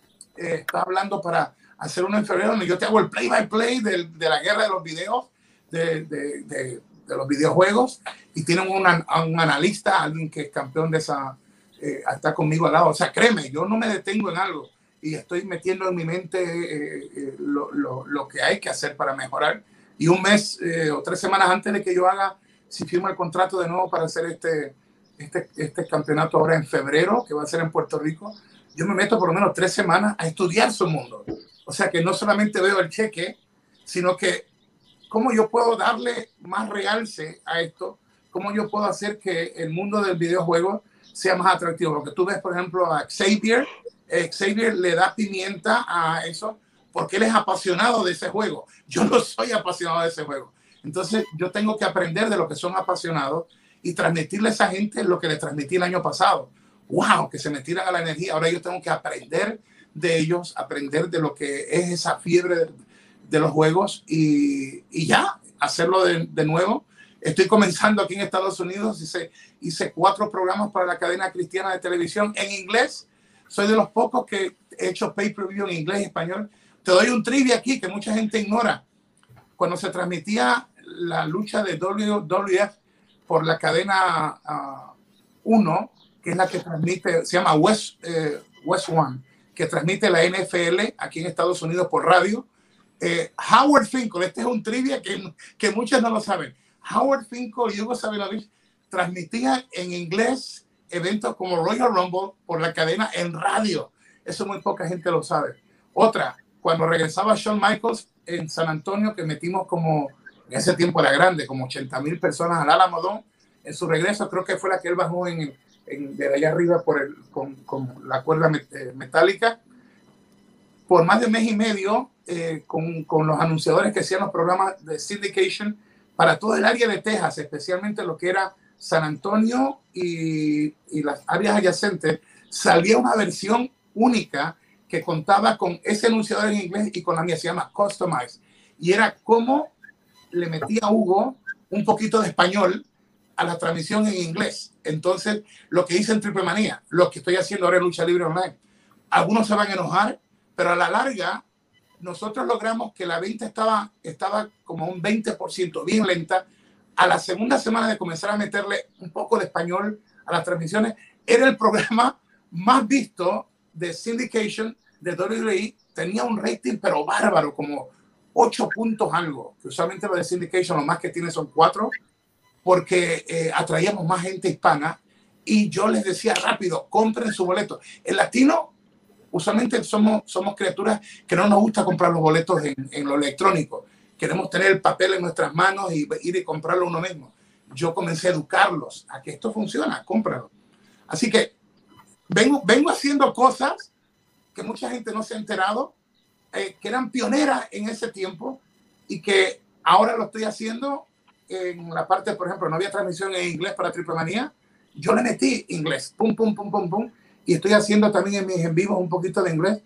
Eh, estaba hablando para hacer uno en febrero donde yo te hago el play by play de, de la guerra de los videos, de, de, de, de los videojuegos. Y tienen una, un analista, alguien que es campeón de esa, eh, está conmigo al lado. O sea, créeme, yo no me detengo en algo. Y estoy metiendo en mi mente eh, eh, lo, lo, lo que hay que hacer para mejorar. Y un mes eh, o tres semanas antes de que yo haga, si firmo el contrato de nuevo para hacer este, este, este campeonato ahora en febrero, que va a ser en Puerto Rico, yo me meto por lo menos tres semanas a estudiar su mundo. O sea, que no solamente veo el cheque, sino que cómo yo puedo darle más realce a esto, cómo yo puedo hacer que el mundo del videojuego sea más atractivo. Porque tú ves, por ejemplo, a Xavier, eh, Xavier le da pimienta a eso porque él es apasionado de ese juego. Yo no soy apasionado de ese juego. Entonces, yo tengo que aprender de lo que son apasionados y transmitirle a esa gente lo que les transmití el año pasado. ¡Wow! Que se me tiran a la energía. Ahora yo tengo que aprender de ellos, aprender de lo que es esa fiebre de, de los juegos y, y ya, hacerlo de, de nuevo. Estoy comenzando aquí en Estados Unidos. Hice, hice cuatro programas para la cadena cristiana de televisión en inglés. Soy de los pocos que he hecho pay-per-view en inglés y español. Te doy un trivia aquí que mucha gente ignora. Cuando se transmitía la lucha de W W F por la cadena uno, uh, que es la que transmite, se llama West, eh, West One, que transmite la N F L aquí en Estados Unidos por radio. Eh, Howard Finkel, este es un trivia que, que muchos no lo saben. Howard Finkel y Hugo Sabinovich transmitían en inglés eventos como Royal Rumble por la cadena en radio. Eso muy poca gente lo sabe. Otra, cuando regresaba Shawn Michaels en San Antonio, que metimos como, en ese tiempo era grande, como ochenta mil personas al Alamo Dome, en su regreso creo que fue la que él bajó en, en, de allá arriba por el, con, con la cuerda met, eh, metálica. Por más de mes y medio, eh, con, con los anunciadores que hacían los programas de syndication para todo el área de Texas, especialmente lo que era San Antonio y, y las áreas adyacentes, salía una versión única que contaba con ese anunciador en inglés y con la mía, se llama Customize. Y era como le metía a Hugo un poquito de español a la transmisión en inglés. Entonces, lo que hice en Triple Manía, lo que estoy haciendo ahora en Lucha Libre Online, algunos se van a enojar, pero a la larga, nosotros logramos que la venta estaba, estaba como un veinte por ciento, bien lenta. A la segunda semana de comenzar a meterle un poco de español a las transmisiones, era el programa más visto de syndication de W W E. Tenía un rating pero bárbaro, como ocho puntos algo, que usualmente lo de syndication lo más que tiene son cuatro, porque eh, atraíamos más gente hispana y yo les decía rápido, compren su boleto. El latino, usualmente somos, somos criaturas que no nos gusta comprar los boletos en, en lo electrónico. Queremos tener el papel en nuestras manos y ir y comprarlo uno mismo. Yo comencé a educarlos a que esto funciona, cómpralo. Así que vengo, vengo haciendo cosas que mucha gente no se ha enterado, eh, que eran pioneras en ese tiempo y que ahora lo estoy haciendo en la parte, por ejemplo, no había transmisión en inglés para Triple Manía. Yo le metí inglés, pum, pum, pum, pum, pum. Y estoy haciendo también en mis en vivos un poquito de inglés.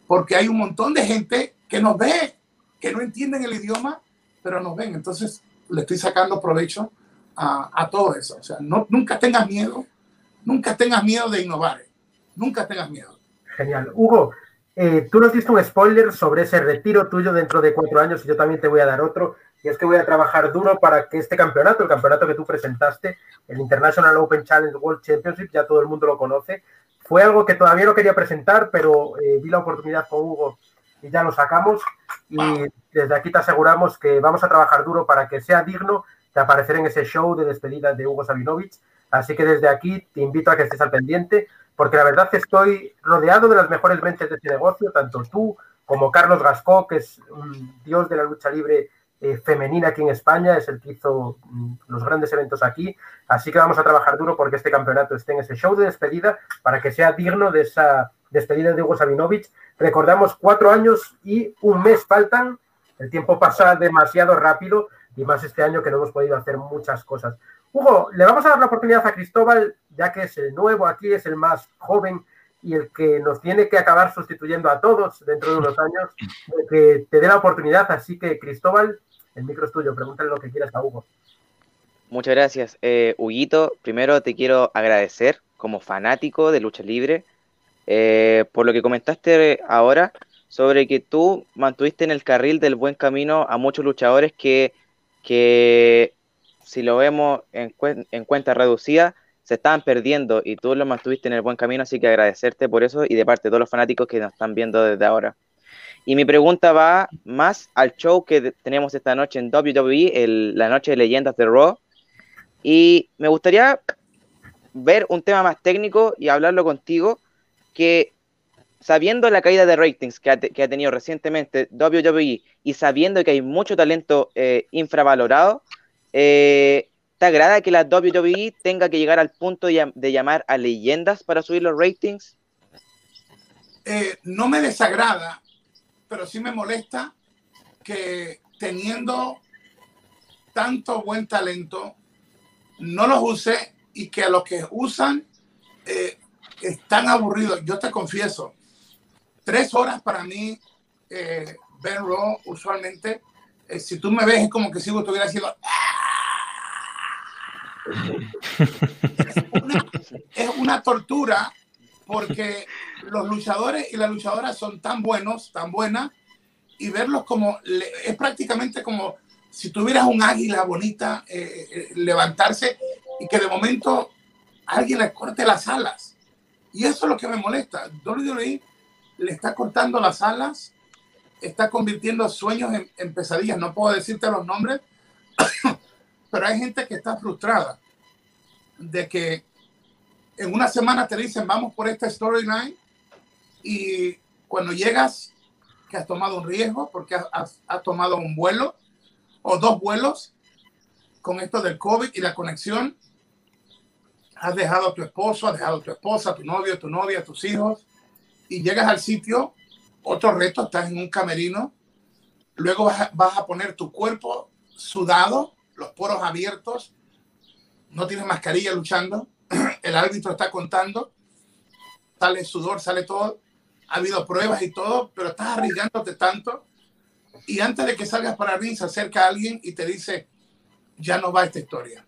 porque hay un montón de gente que nos ve, que no entienden el idioma, pero nos ven. Entonces le estoy sacando provecho a, a todo eso. O sea, no, nunca tengas miedo, nunca tengas miedo de innovar, nunca tengas miedo. Genial. Hugo, eh, tú nos diste un spoiler sobre ese retiro tuyo dentro de cuatro años y yo también te voy a dar otro. Y es que voy a trabajar duro para que este campeonato, el campeonato que tú presentaste, el International Open Challenge World Championship, ya todo el mundo lo conoce, fue algo que todavía no quería presentar, pero eh, vi la oportunidad con Hugo y ya lo sacamos. Y wow. Desde aquí te aseguramos que vamos a trabajar duro para que sea digno de aparecer en ese show de despedida de Hugo Savinovich. Así que desde aquí te invito a que estés al pendiente, porque la verdad estoy rodeado de las mejores mentes de este negocio, tanto tú como Carlos Gascó, que es un dios de la lucha libre eh, femenina aquí en España, es el que hizo mm, los grandes eventos aquí. Así que vamos a trabajar duro porque este campeonato esté en ese show de despedida para que sea digno de esa despedida de Hugo Savinovich. Recordamos, cuatro años y un mes faltan. El tiempo pasa demasiado rápido y más este año que no hemos podido hacer muchas cosas. Hugo, le vamos a dar la oportunidad a Cristóbal, ya que es el nuevo aquí, es el más joven y el que nos tiene que acabar sustituyendo a todos dentro de unos años, de que te dé la oportunidad. Así que, Cristóbal, el micro es tuyo, pregúntale lo que quieras a Hugo. Muchas gracias. Eh, Huguito, primero te quiero agradecer como fanático de lucha libre eh, por lo que comentaste ahora sobre que tú mantuviste en el carril del buen camino a muchos luchadores que, que si lo vemos en, cuen en cuenta reducida, se estaban perdiendo y tú los mantuviste en el buen camino, así que agradecerte por eso y de parte de todos los fanáticos que nos están viendo desde ahora. Y mi pregunta va más al show que tenemos esta noche en W W E, el, la noche de leyendas de Raw, y me gustaría ver un tema más técnico y hablarlo contigo, que sabiendo la caída de ratings que ha, que ha tenido recientemente W W E y sabiendo que hay mucho talento eh, infravalorado, eh, ¿te agrada que la W W E tenga que llegar al punto de, de llamar a leyendas para subir los ratings? Eh, no me desagrada, pero sí me molesta que teniendo tanto buen talento no los use y que a los que usan eh, están aburridos. Yo te confieso, tres horas para mí eh, ver Raw usualmente, eh, si tú me ves es como que si estuviera haciendo es una, es una tortura, porque los luchadores y las luchadoras son tan buenos, tan buenas, y verlos como es prácticamente como si tuvieras un águila bonita eh, eh, levantarse y que de momento alguien le corte las alas. Y eso es lo que me molesta. W W E le está cortando las alas, está convirtiendo sueños en, en pesadillas. No puedo decirte los nombres, pero hay gente que está frustrada de que en una semana te dicen vamos por esta storyline y cuando llegas que has tomado un riesgo porque has, has, has tomado un vuelo o dos vuelos con esto del COVID y la conexión, has dejado a tu esposo, has dejado a tu esposa, a tu novio, tu novia, a tus hijos, y llegas al sitio, otro reto, estás en un camerino, luego vas a, vas a poner tu cuerpo sudado, los poros abiertos, no tienes mascarilla luchando, el árbitro está contando, sale sudor, sale todo, ha habido pruebas y todo, pero estás arriesgándote tanto, y antes de que salgas para el ring se acerca a alguien y te dice, ya no va esta historia.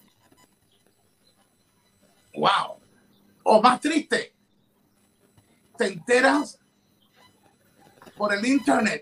Wow. O más triste, te enteras por el internet,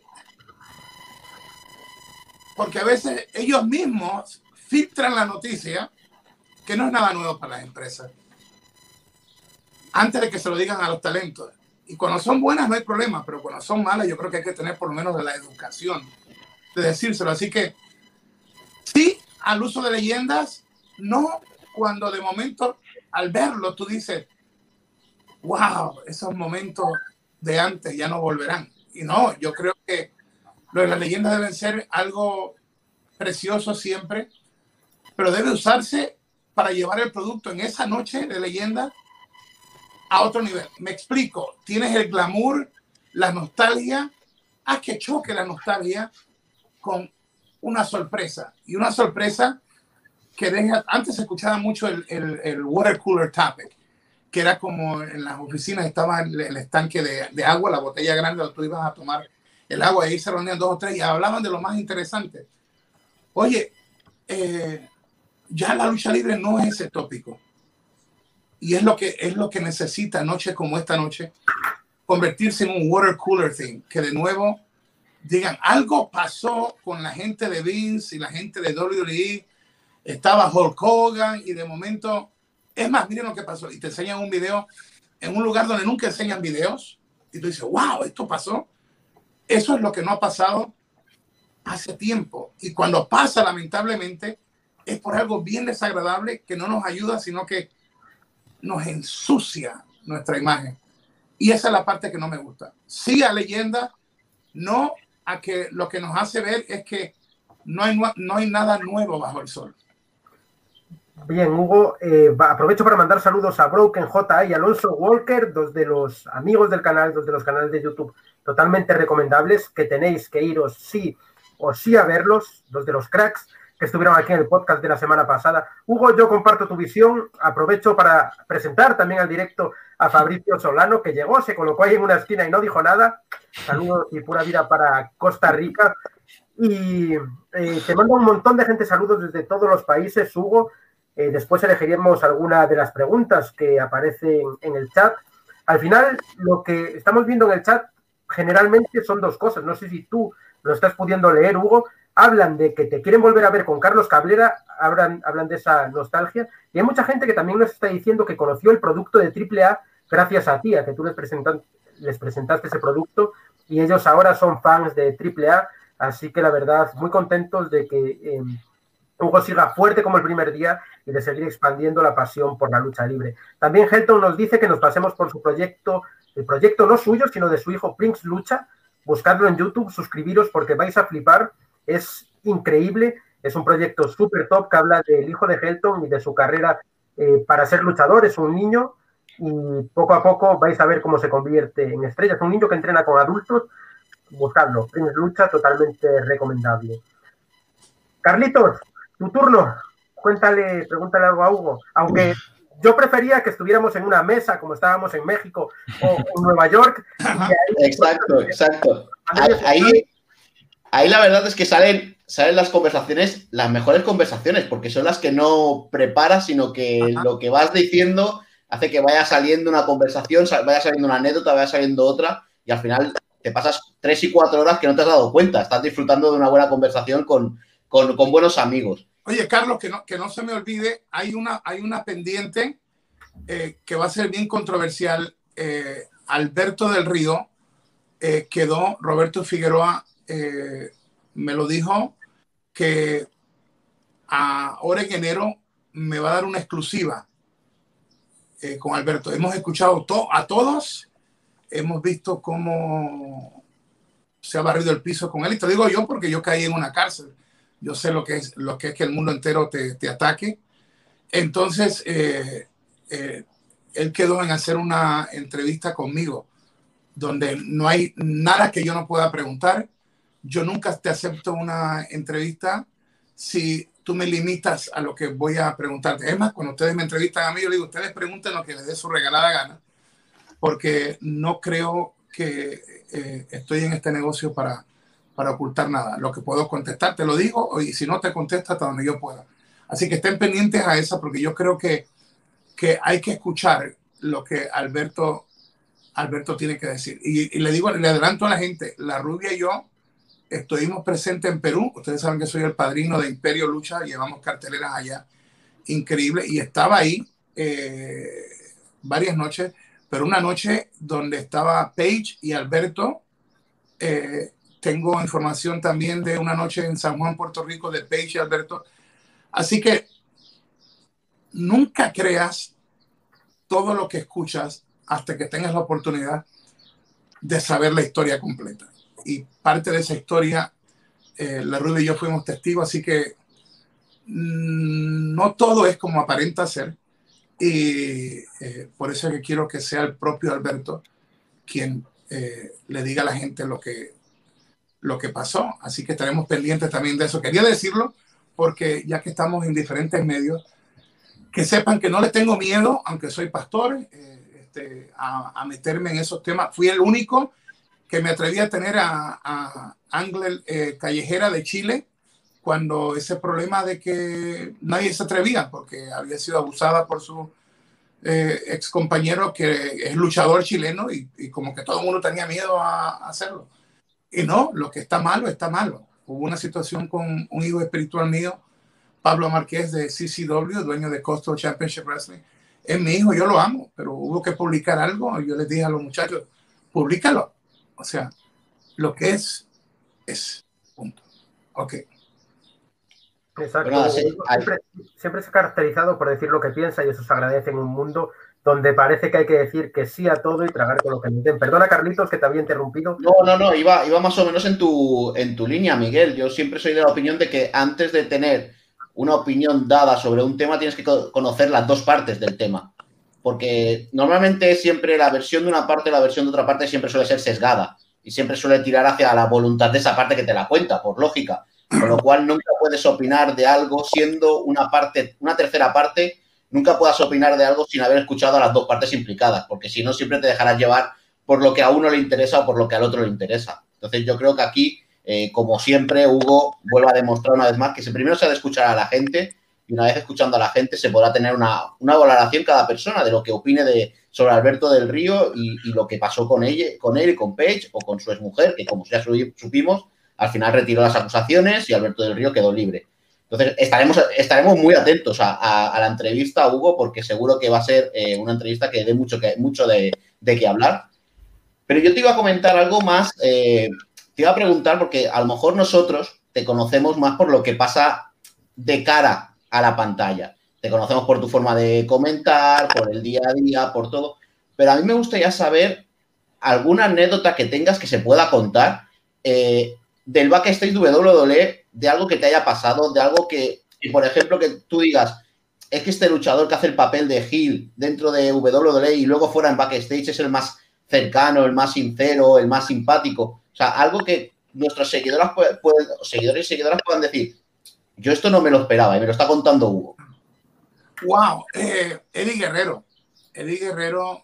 porque a veces ellos mismos filtran la noticia, que no es nada nuevo para las empresas, antes de que se lo digan a los talentos. Y cuando son buenas no hay problema, pero cuando son malas yo creo que hay que tener por lo menos de la educación de decírselo. Así que sí al uso de leyendas, no cuando de momento al verlo tú dices, wow, esos momentos de antes ya no volverán. Y no, yo creo que lo de las leyendas deben ser algo precioso siempre, pero debe usarse para llevar el producto en esa noche de leyenda a otro nivel. Me explico, tienes el glamour, la nostalgia, haz que choque la nostalgia con una sorpresa, y una sorpresa que deja, antes se escuchaba mucho el, el, el water cooler topic, que era como en las oficinas estaba el, el estanque de, de agua, la botella grande donde tú ibas a tomar el agua, y ahí se reunían dos o tres y hablaban de lo más interesante. Oye, eh, ya la lucha libre no es ese tópico. Y es lo que, es lo que necesita noches como esta noche, convertirse en un water cooler thing, que de nuevo digan, algo pasó con la gente de Vince y la gente de W W E, estaba Hulk Hogan y de momento, es más, miren lo que pasó, y te enseñan un video en un lugar donde nunca enseñan videos, y tú dices, wow, esto pasó. Eso es lo que no ha pasado hace tiempo, y cuando pasa, lamentablemente, es por algo bien desagradable que no nos ayuda, sino que nos ensucia nuestra imagen. Y esa es la parte que no me gusta. Sí a leyenda, no a que lo que nos hace ver es que no hay, no hay nada nuevo bajo el sol. Bien, Hugo, eh, aprovecho para mandar saludos a Broken J A y Alonso Walker, dos de los amigos del canal, dos de los canales de YouTube totalmente recomendables, que tenéis que iros sí o sí a verlos, dos de los cracks que estuvieron aquí en el podcast de la semana pasada. Hugo, yo comparto tu visión, aprovecho para presentar también al directo a Fabricio Solano, que llegó, se colocó ahí en una esquina y no dijo nada. Saludos y pura vida para Costa Rica. Y eh, te mando un montón de gente saludos desde todos los países, Hugo. Eh, después elegiremos alguna de las preguntas que aparecen en el chat. Al final, lo que estamos viendo en el chat generalmente son dos cosas. No sé si tú lo estás pudiendo leer, Hugo. Hablan de que te quieren volver a ver con Carlos Cabrera, hablan, hablan de esa nostalgia. Y hay mucha gente que también nos está diciendo que conoció el producto de triple A gracias a ti, a que tú les, presentan, les presentaste ese producto, y ellos ahora son fans de triple A. Así que la verdad, muy contentos de que eh, Hugo siga fuerte como el primer día y de seguir expandiendo la pasión por la lucha libre. También Helton nos dice que nos pasemos por su proyecto, el proyecto no suyo, sino de su hijo Prince Lucha. Buscadlo en YouTube, suscribiros porque vais a flipar. Es increíble, es un proyecto súper top que habla del hijo de Helton y de su carrera eh, para ser luchador. Es un niño y poco a poco vais a ver cómo se convierte en estrella. Es un niño que entrena con adultos. Buscadlo, Prince Lucha, totalmente recomendable. Carlitos, tu turno. Cuéntale, pregúntale algo a Hugo. Aunque yo prefería que estuviéramos en una mesa como estábamos en México o en Nueva York. Y ahí, exacto, exacto. Ahí, ahí la verdad es que salen, salen las conversaciones, las mejores conversaciones, porque son las que no preparas, sino que Ajá. lo que vas diciendo hace que vaya saliendo una conversación, vaya saliendo una anécdota, vaya saliendo otra, y al final te pasas tres y cuatro horas que no te has dado cuenta. Estás disfrutando de una buena conversación con, con, con buenos amigos. Oye, Carlos, que no, que no se me olvide, hay una, hay una pendiente eh, que va a ser bien controversial. Eh, Alberto del Río eh, quedó, Roberto Figueroa eh, me lo dijo, que ahora en enero me va a dar una exclusiva eh, con Alberto. Hemos escuchado to a todos, hemos visto cómo se ha barrido el piso con él, y te digo yo porque yo caí en una cárcel. Yo sé lo que es, lo que, es que el mundo entero te, te ataque. Entonces, eh, eh, él quedó en hacer una entrevista conmigo donde no hay nada que yo no pueda preguntar. Yo nunca te acepto una entrevista si tú me limitas a lo que voy a preguntarte. Es más, cuando ustedes me entrevistan a mí, yo digo, ustedes pregunten lo que les dé su regalada gana, porque no creo que eh, estoy en este negocio para... para ocultar nada. Lo que puedo contestar te lo digo, y si no te contesto hasta donde yo pueda. Así que estén pendientes a esa, porque yo creo que, que hay que escuchar lo que Alberto, Alberto tiene que decir. Y, y le digo, le adelanto a la gente, la Rubia y yo estuvimos presentes en Perú. Ustedes saben que soy el padrino de Imperio Lucha, llevamos carteleras allá, increíble, y estaba ahí eh, varias noches, pero una noche donde estaba Paige y Alberto. eh, Tengo información también de una noche en San Juan, Puerto Rico, de Paige y Alberto. Así que nunca creas todo lo que escuchas hasta que tengas la oportunidad de saber la historia completa. Y parte de esa historia, eh, la Rubia y yo fuimos testigos, así que mmm, no todo es como aparenta ser. Y eh, por eso es que quiero que sea el propio Alberto quien eh, le diga a la gente lo que lo que pasó, así que estaremos pendientes también de eso. Quería decirlo porque ya que estamos en diferentes medios, que sepan que no le tengo miedo, aunque soy pastor, eh, este, a, a meterme en esos temas. Fui el único que me atreví a tener a, a Ángel eh, Callejera de Chile, cuando ese problema de que nadie se atrevía porque había sido abusada por su eh, ex compañero que es luchador chileno, y, y como que todo el mundo tenía miedo a, a hacerlo. Y no, lo que está malo, está malo. Hubo una situación con un hijo espiritual mío, Pablo Márquez de C C W, dueño de Coastal Championship Wrestling. Es mi hijo, yo lo amo, pero hubo que publicar algo. Y yo les dije a los muchachos, públicalo. O sea, lo que es, es punto. Ok. Exacto. Bueno, sí, siempre, siempre se ha caracterizado por decir lo que piensa, y eso se agradece en un mundo donde parece que hay que decir que sí a todo y tragar con lo que nos den. Perdona, Carlitos, que te había interrumpido. No, no, no, iba, iba más o menos en tu, en tu línea, Miguel. Yo siempre soy de la opinión de que antes de tener una opinión dada sobre un tema tienes que conocer las dos partes del tema. Porque normalmente siempre la versión de una parte, la versión de otra parte siempre suele ser sesgada y siempre suele tirar hacia la voluntad de esa parte que te la cuenta, por lógica. Con lo cual nunca puedes opinar de algo siendo una parte, una tercera parte, nunca puedas opinar de algo sin haber escuchado a las dos partes implicadas, porque si no siempre te dejarás llevar por lo que a uno le interesa o por lo que al otro le interesa. Entonces yo creo que aquí, eh, como siempre, Hugo vuelve a demostrar una vez más que si primero se ha de escuchar a la gente, y una vez escuchando a la gente se podrá tener una, una valoración cada persona de lo que opine de, sobre Alberto del Río y, y lo que pasó con, ella, con él y con Paige o con su exmujer, que como ya supimos, al final retiró las acusaciones y Alberto del Río quedó libre. Entonces, estaremos, estaremos muy atentos a, a, a la entrevista, Hugo, porque seguro que va a ser eh, una entrevista que dé mucho, que, mucho de, de qué hablar. Pero yo te iba a comentar algo más, eh, te iba a preguntar, porque a lo mejor nosotros te conocemos más por lo que pasa de cara a la pantalla. Te conocemos por tu forma de comentar, por el día a día, por todo. Pero a mí me gustaría saber alguna anécdota que tengas que se pueda contar eh, del backstage de doble u doble u E, de algo que te haya pasado, de algo que, por ejemplo, que tú digas, es que este luchador que hace el papel de heel dentro de doble u doble u E y luego fuera en backstage es el más cercano, el más sincero, el más simpático. O sea, algo que nuestros seguidores, pueden, seguidores y seguidoras puedan decir, yo esto no me lo esperaba y me lo está contando Hugo. Wow, eh, Eddie Guerrero. Eddie Guerrero,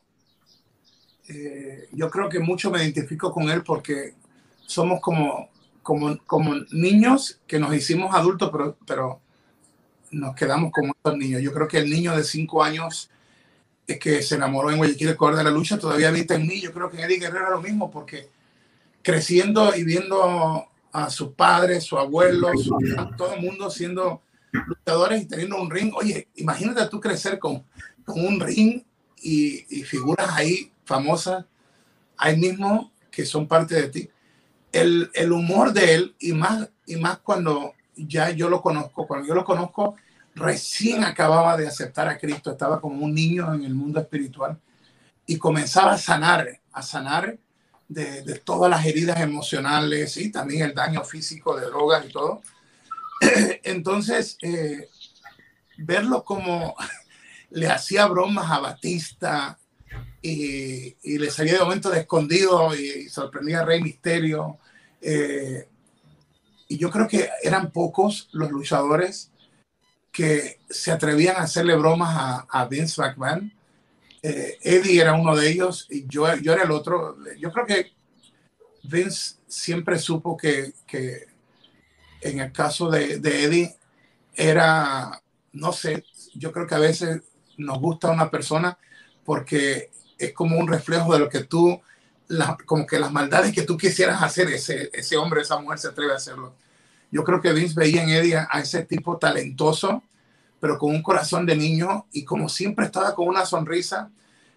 eh, yo creo que mucho me identifico con él porque somos como, como, como niños que nos hicimos adultos, pero, pero nos quedamos como estos niños. Yo creo que el niño de cinco años es que se enamoró en Guayaquil de Corredor de la Lucha, todavía viste en mí. Yo creo que en Eddie Guerrero era lo mismo, porque creciendo y viendo a sus padres, su abuelo, su, a todo el mundo siendo luchadores y teniendo un ring. Oye, imagínate tú crecer con, con un ring y, y figuras ahí famosas ahí mismo que son parte de ti. El, el humor de él, y más, y más cuando ya yo lo conozco, cuando yo lo conozco, recién acababa de aceptar a Cristo, estaba como un niño en el mundo espiritual y comenzaba a sanar, a sanar de, de todas las heridas emocionales y también el daño físico de drogas y todo. Entonces, eh, verlo como le hacía bromas a Batista y, y le salía de momento de escondido y, y sorprendía a Rey Misterio. Eh, y yo creo que eran pocos los luchadores que se atrevían a hacerle bromas a, a Vince McMahon. Eh, Eddie era uno de ellos y yo, yo era el otro. Yo creo que Vince siempre supo que, que en el caso de, de Eddie era, no sé, yo creo que a veces nos gusta una persona porque es como un reflejo de lo que tú, la, como que las maldades que tú quisieras hacer, ese, ese hombre, esa mujer se atreve a hacerlo. Yo creo que Vince veía en Eddie a, a ese tipo talentoso, pero con un corazón de niño y como siempre estaba con una sonrisa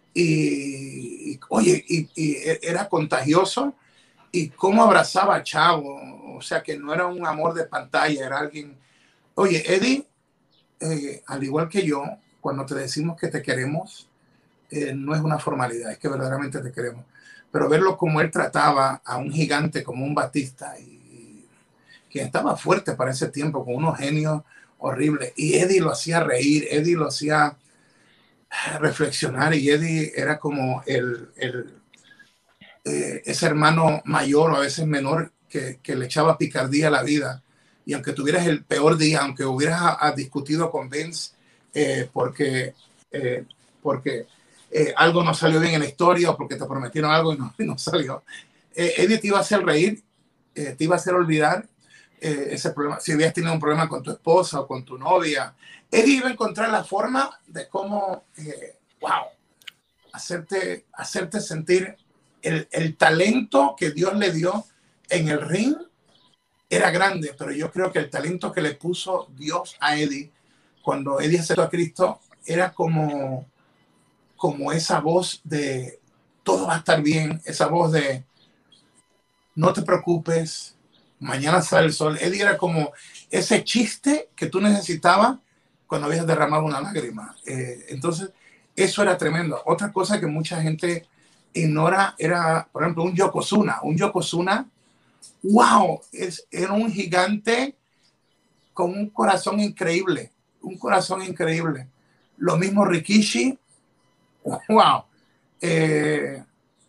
y, y oye, y, y era contagioso y cómo abrazaba a Chavo, o sea que no era un amor de pantalla, era alguien. Oye, Eddie, eh, al igual que yo, cuando te decimos que te queremos, eh, no es una formalidad, es que verdaderamente te queremos. Pero verlo como él trataba a un gigante como un Batista, y, y que estaba fuerte para ese tiempo, con unos genios horribles, y Eddie lo hacía reír, Eddie lo hacía reflexionar, y Eddie era como el, el, eh, ese hermano mayor o a veces menor que, que le echaba picardía a la vida. Y aunque tuvieras el peor día, aunque hubieras a, a discutido con Vince eh, porque, eh, porque eh, algo no salió bien en la historia o porque te prometieron algo y no, y no salió. Eh, Eddie te iba a hacer reír, eh, te iba a hacer olvidar eh, ese problema. Si habías tenido un problema con tu esposa o con tu novia, Eddie iba a encontrar la forma de cómo, eh, wow, hacerte, hacerte sentir el, el talento que Dios le dio en el ring era grande, pero yo creo que el talento que le puso Dios a Eddie cuando Eddie aceptó a Cristo era como, como esa voz de todo va a estar bien, esa voz de no te preocupes, mañana sale el sol. Eddie era como ese chiste que tú necesitabas cuando habías derramado una lágrima. Eh, entonces, eso era tremendo. Otra cosa que mucha gente ignora era, por ejemplo, un Yokozuna. Un Yokozuna, wow, es, era un gigante con un corazón increíble. Un corazón increíble. Lo mismo Rikishi, wow. Eh,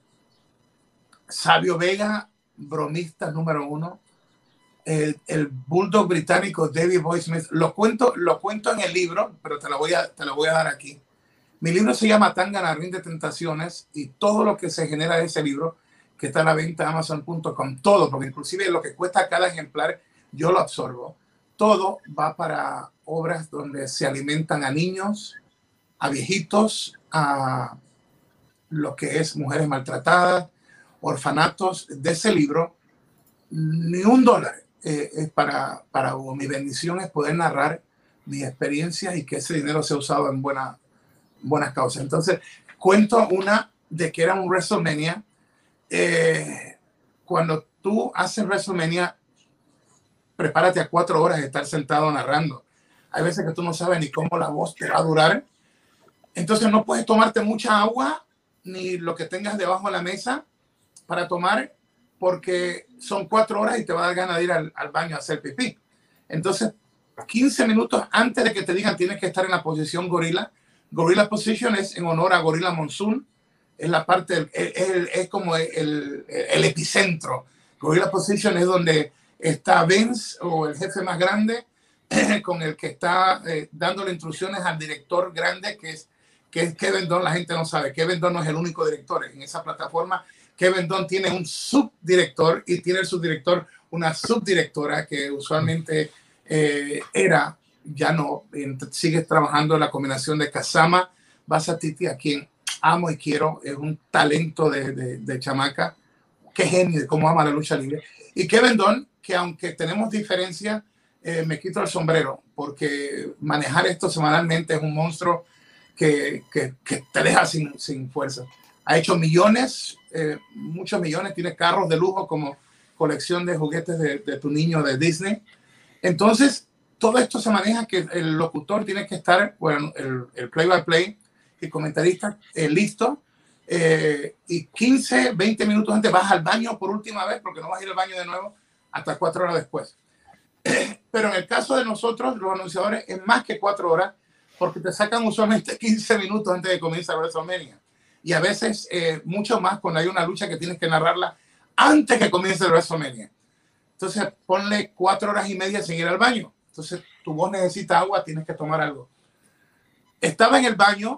Sabio Vega, bromista número uno. El, el bulldog británico Davey Boy Smith. Lo cuento, lo cuento en el libro, pero te lo voy a, te lo voy a dar aquí. Mi libro se llama Tangana, Ring de Tentaciones, y todo lo que se genera de ese libro, que está a la venta en amazon punto com, todo, porque inclusive lo que cuesta cada ejemplar, yo lo absorbo. Todo va para obras donde se alimentan a niños, a viejitos, a lo que es mujeres maltratadas, orfanatos. De ese libro, ni un dólar eh, es para, para mi bendición es poder narrar mis experiencias y que ese dinero sea usado en buena, buenas causas. Entonces, cuento una de que era un WrestleMania. Eh, cuando tú haces WrestleMania, prepárate a cuatro horas de estar sentado narrando. Hay veces que tú no sabes ni cómo la voz te va a durar. Entonces, no puedes tomarte mucha agua ni lo que tengas debajo de la mesa para tomar, porque son cuatro horas y te va a dar ganas de ir al, al baño a hacer pipí. Entonces, quince minutos antes de que te digan tienes que estar en la posición gorila. Gorilla Position es en honor a Gorilla Monsoon. Es la parte, es, es, es como el, el, el epicentro. Gorilla Position es donde está Vince, o el jefe más grande, con el que está eh, dándole instrucciones al director grande, que es, que es Kevin Dunn. La gente no sabe. Kevin Dunn no es el único director en esa plataforma. Kevin Dunn tiene un subdirector y tiene el subdirector una subdirectora que usualmente eh, era, ya no, sigue trabajando en la combinación de Kazama Basatiti, a quien amo y quiero. Es un talento de, de, de chamaca. Qué genio de cómo ama la lucha libre. Y Kevin Dunn, que aunque tenemos diferencias, eh, me quito el sombrero, porque manejar esto semanalmente es un monstruo que, que, que te deja sin, sin fuerza. Ha hecho millones, eh, muchos millones, tiene carros de lujo como colección de juguetes de, de tu niño de Disney. Entonces, todo esto se maneja que el locutor tiene que estar, bueno, el, el play by play, el comentarista eh, listo, eh, y quince, veinte minutos antes vas al baño por última vez, porque no vas a ir al baño de nuevo hasta cuatro horas después. Pero en el caso de nosotros, los anunciadores, es más que cuatro horas, porque te sacan usualmente quince minutos antes de comenzar WrestleMania. Y a veces eh, mucho más cuando hay una lucha que tienes que narrarla antes que comience el WrestleMania. Entonces, ponle cuatro horas y media sin ir al baño. Entonces, tu voz necesita agua, tienes que tomar algo. Estaba en el baño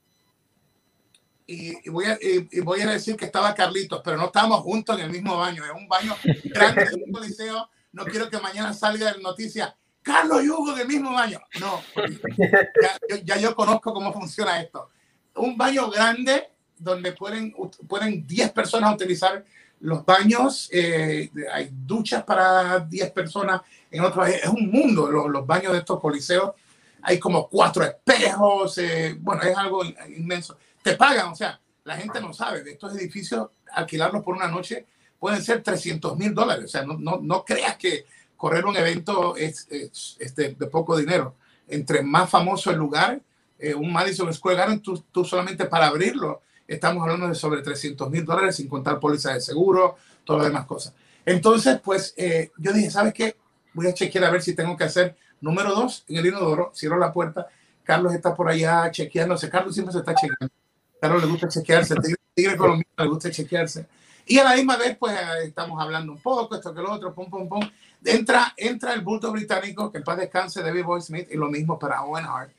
y, y, voy a, y, y voy a decir que estaba Carlitos, pero no estábamos juntos en el mismo baño. Es un baño grande, es un coliseo. No quiero que mañana salga la noticia, Carlos y Hugo del mismo baño. No, ya, ya, ya yo conozco cómo funciona esto. Un baño grande donde pueden, pueden diez personas utilizar los baños. Eh, hay duchas para diez personas. En otros, es un mundo los, los baños de estos coliseos. Hay como cuatro espejos. Eh, bueno, es algo inmenso. Te pagan, o sea, la gente no sabe. De estos edificios, alquilarlos por una noche pueden ser trescientos mil dólares. O sea, no, no, no creas que correr un evento es, es, es de, de poco dinero. Entre más famoso el lugar, eh, un Madison Square Garden, tú, tú solamente para abrirlo, estamos hablando de sobre trescientos mil dólares, sin contar pólizas de seguro, todas las demás cosas. Entonces, pues, eh, yo dije, ¿sabes qué? Voy a chequear a ver si tengo que hacer número dos en el inodoro. Cierro la puerta. Carlos está por allá chequeándose. Carlos siempre se está chequeando. Carlos le gusta chequearse. El tigre, tigre colombiano le gusta chequearse. Y a la misma vez, pues, estamos hablando un poco, esto que lo otro, pum, pum, pum. Entra, entra el bulto británico, que en paz descanse, Davey Boy Smith, y lo mismo para Owen Hart,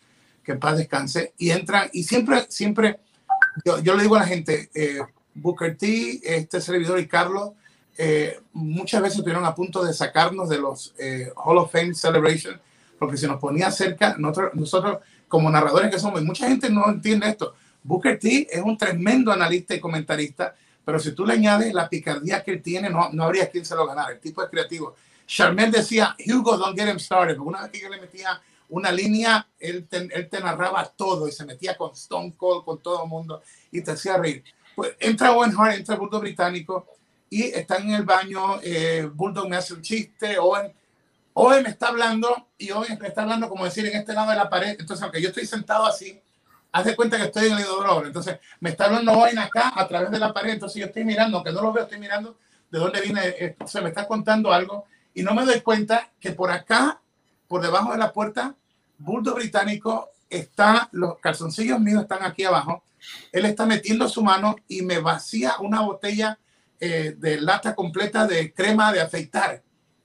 que en paz descanse, y entran, y siempre, siempre, yo, yo le digo a la gente, eh, Booker T, este servidor y Carlos, eh, muchas veces estuvieron a punto de sacarnos de los eh, Hall of Fame Celebration, porque se nos ponía cerca, nosotros, nosotros como narradores que somos, y mucha gente no entiende esto, Booker T es un tremendo analista y comentarista, pero si tú le añades la picardía que él tiene, no, no habría quien se lo ganara, el tipo es creativo. Charmel decía, Hugo, don't get him started, porque una vez que yo le metía una línea, él te, él te narraba todo, y se metía con Stone Cold, con todo el mundo, y te hacía reír. Pues entra Owen Hart, entra el Bulldog británico, y están en el baño, eh, Bulldog me hace un chiste, Owen, Owen me está hablando, y Owen me está hablando como decir en este lado de la pared, entonces aunque yo estoy sentado así, haz de cuenta que estoy en el hidrógeno, entonces me está hablando Owen acá a través de la pared, entonces yo estoy mirando, aunque no lo veo, estoy mirando de dónde viene, eh, se me está contando algo, y no me doy cuenta que por acá, por debajo de la puerta, Bulldog británico está, los calzoncillos míos están aquí abajo, él está metiendo su mano y me vacía una botella eh, de lata completa de crema de afeitar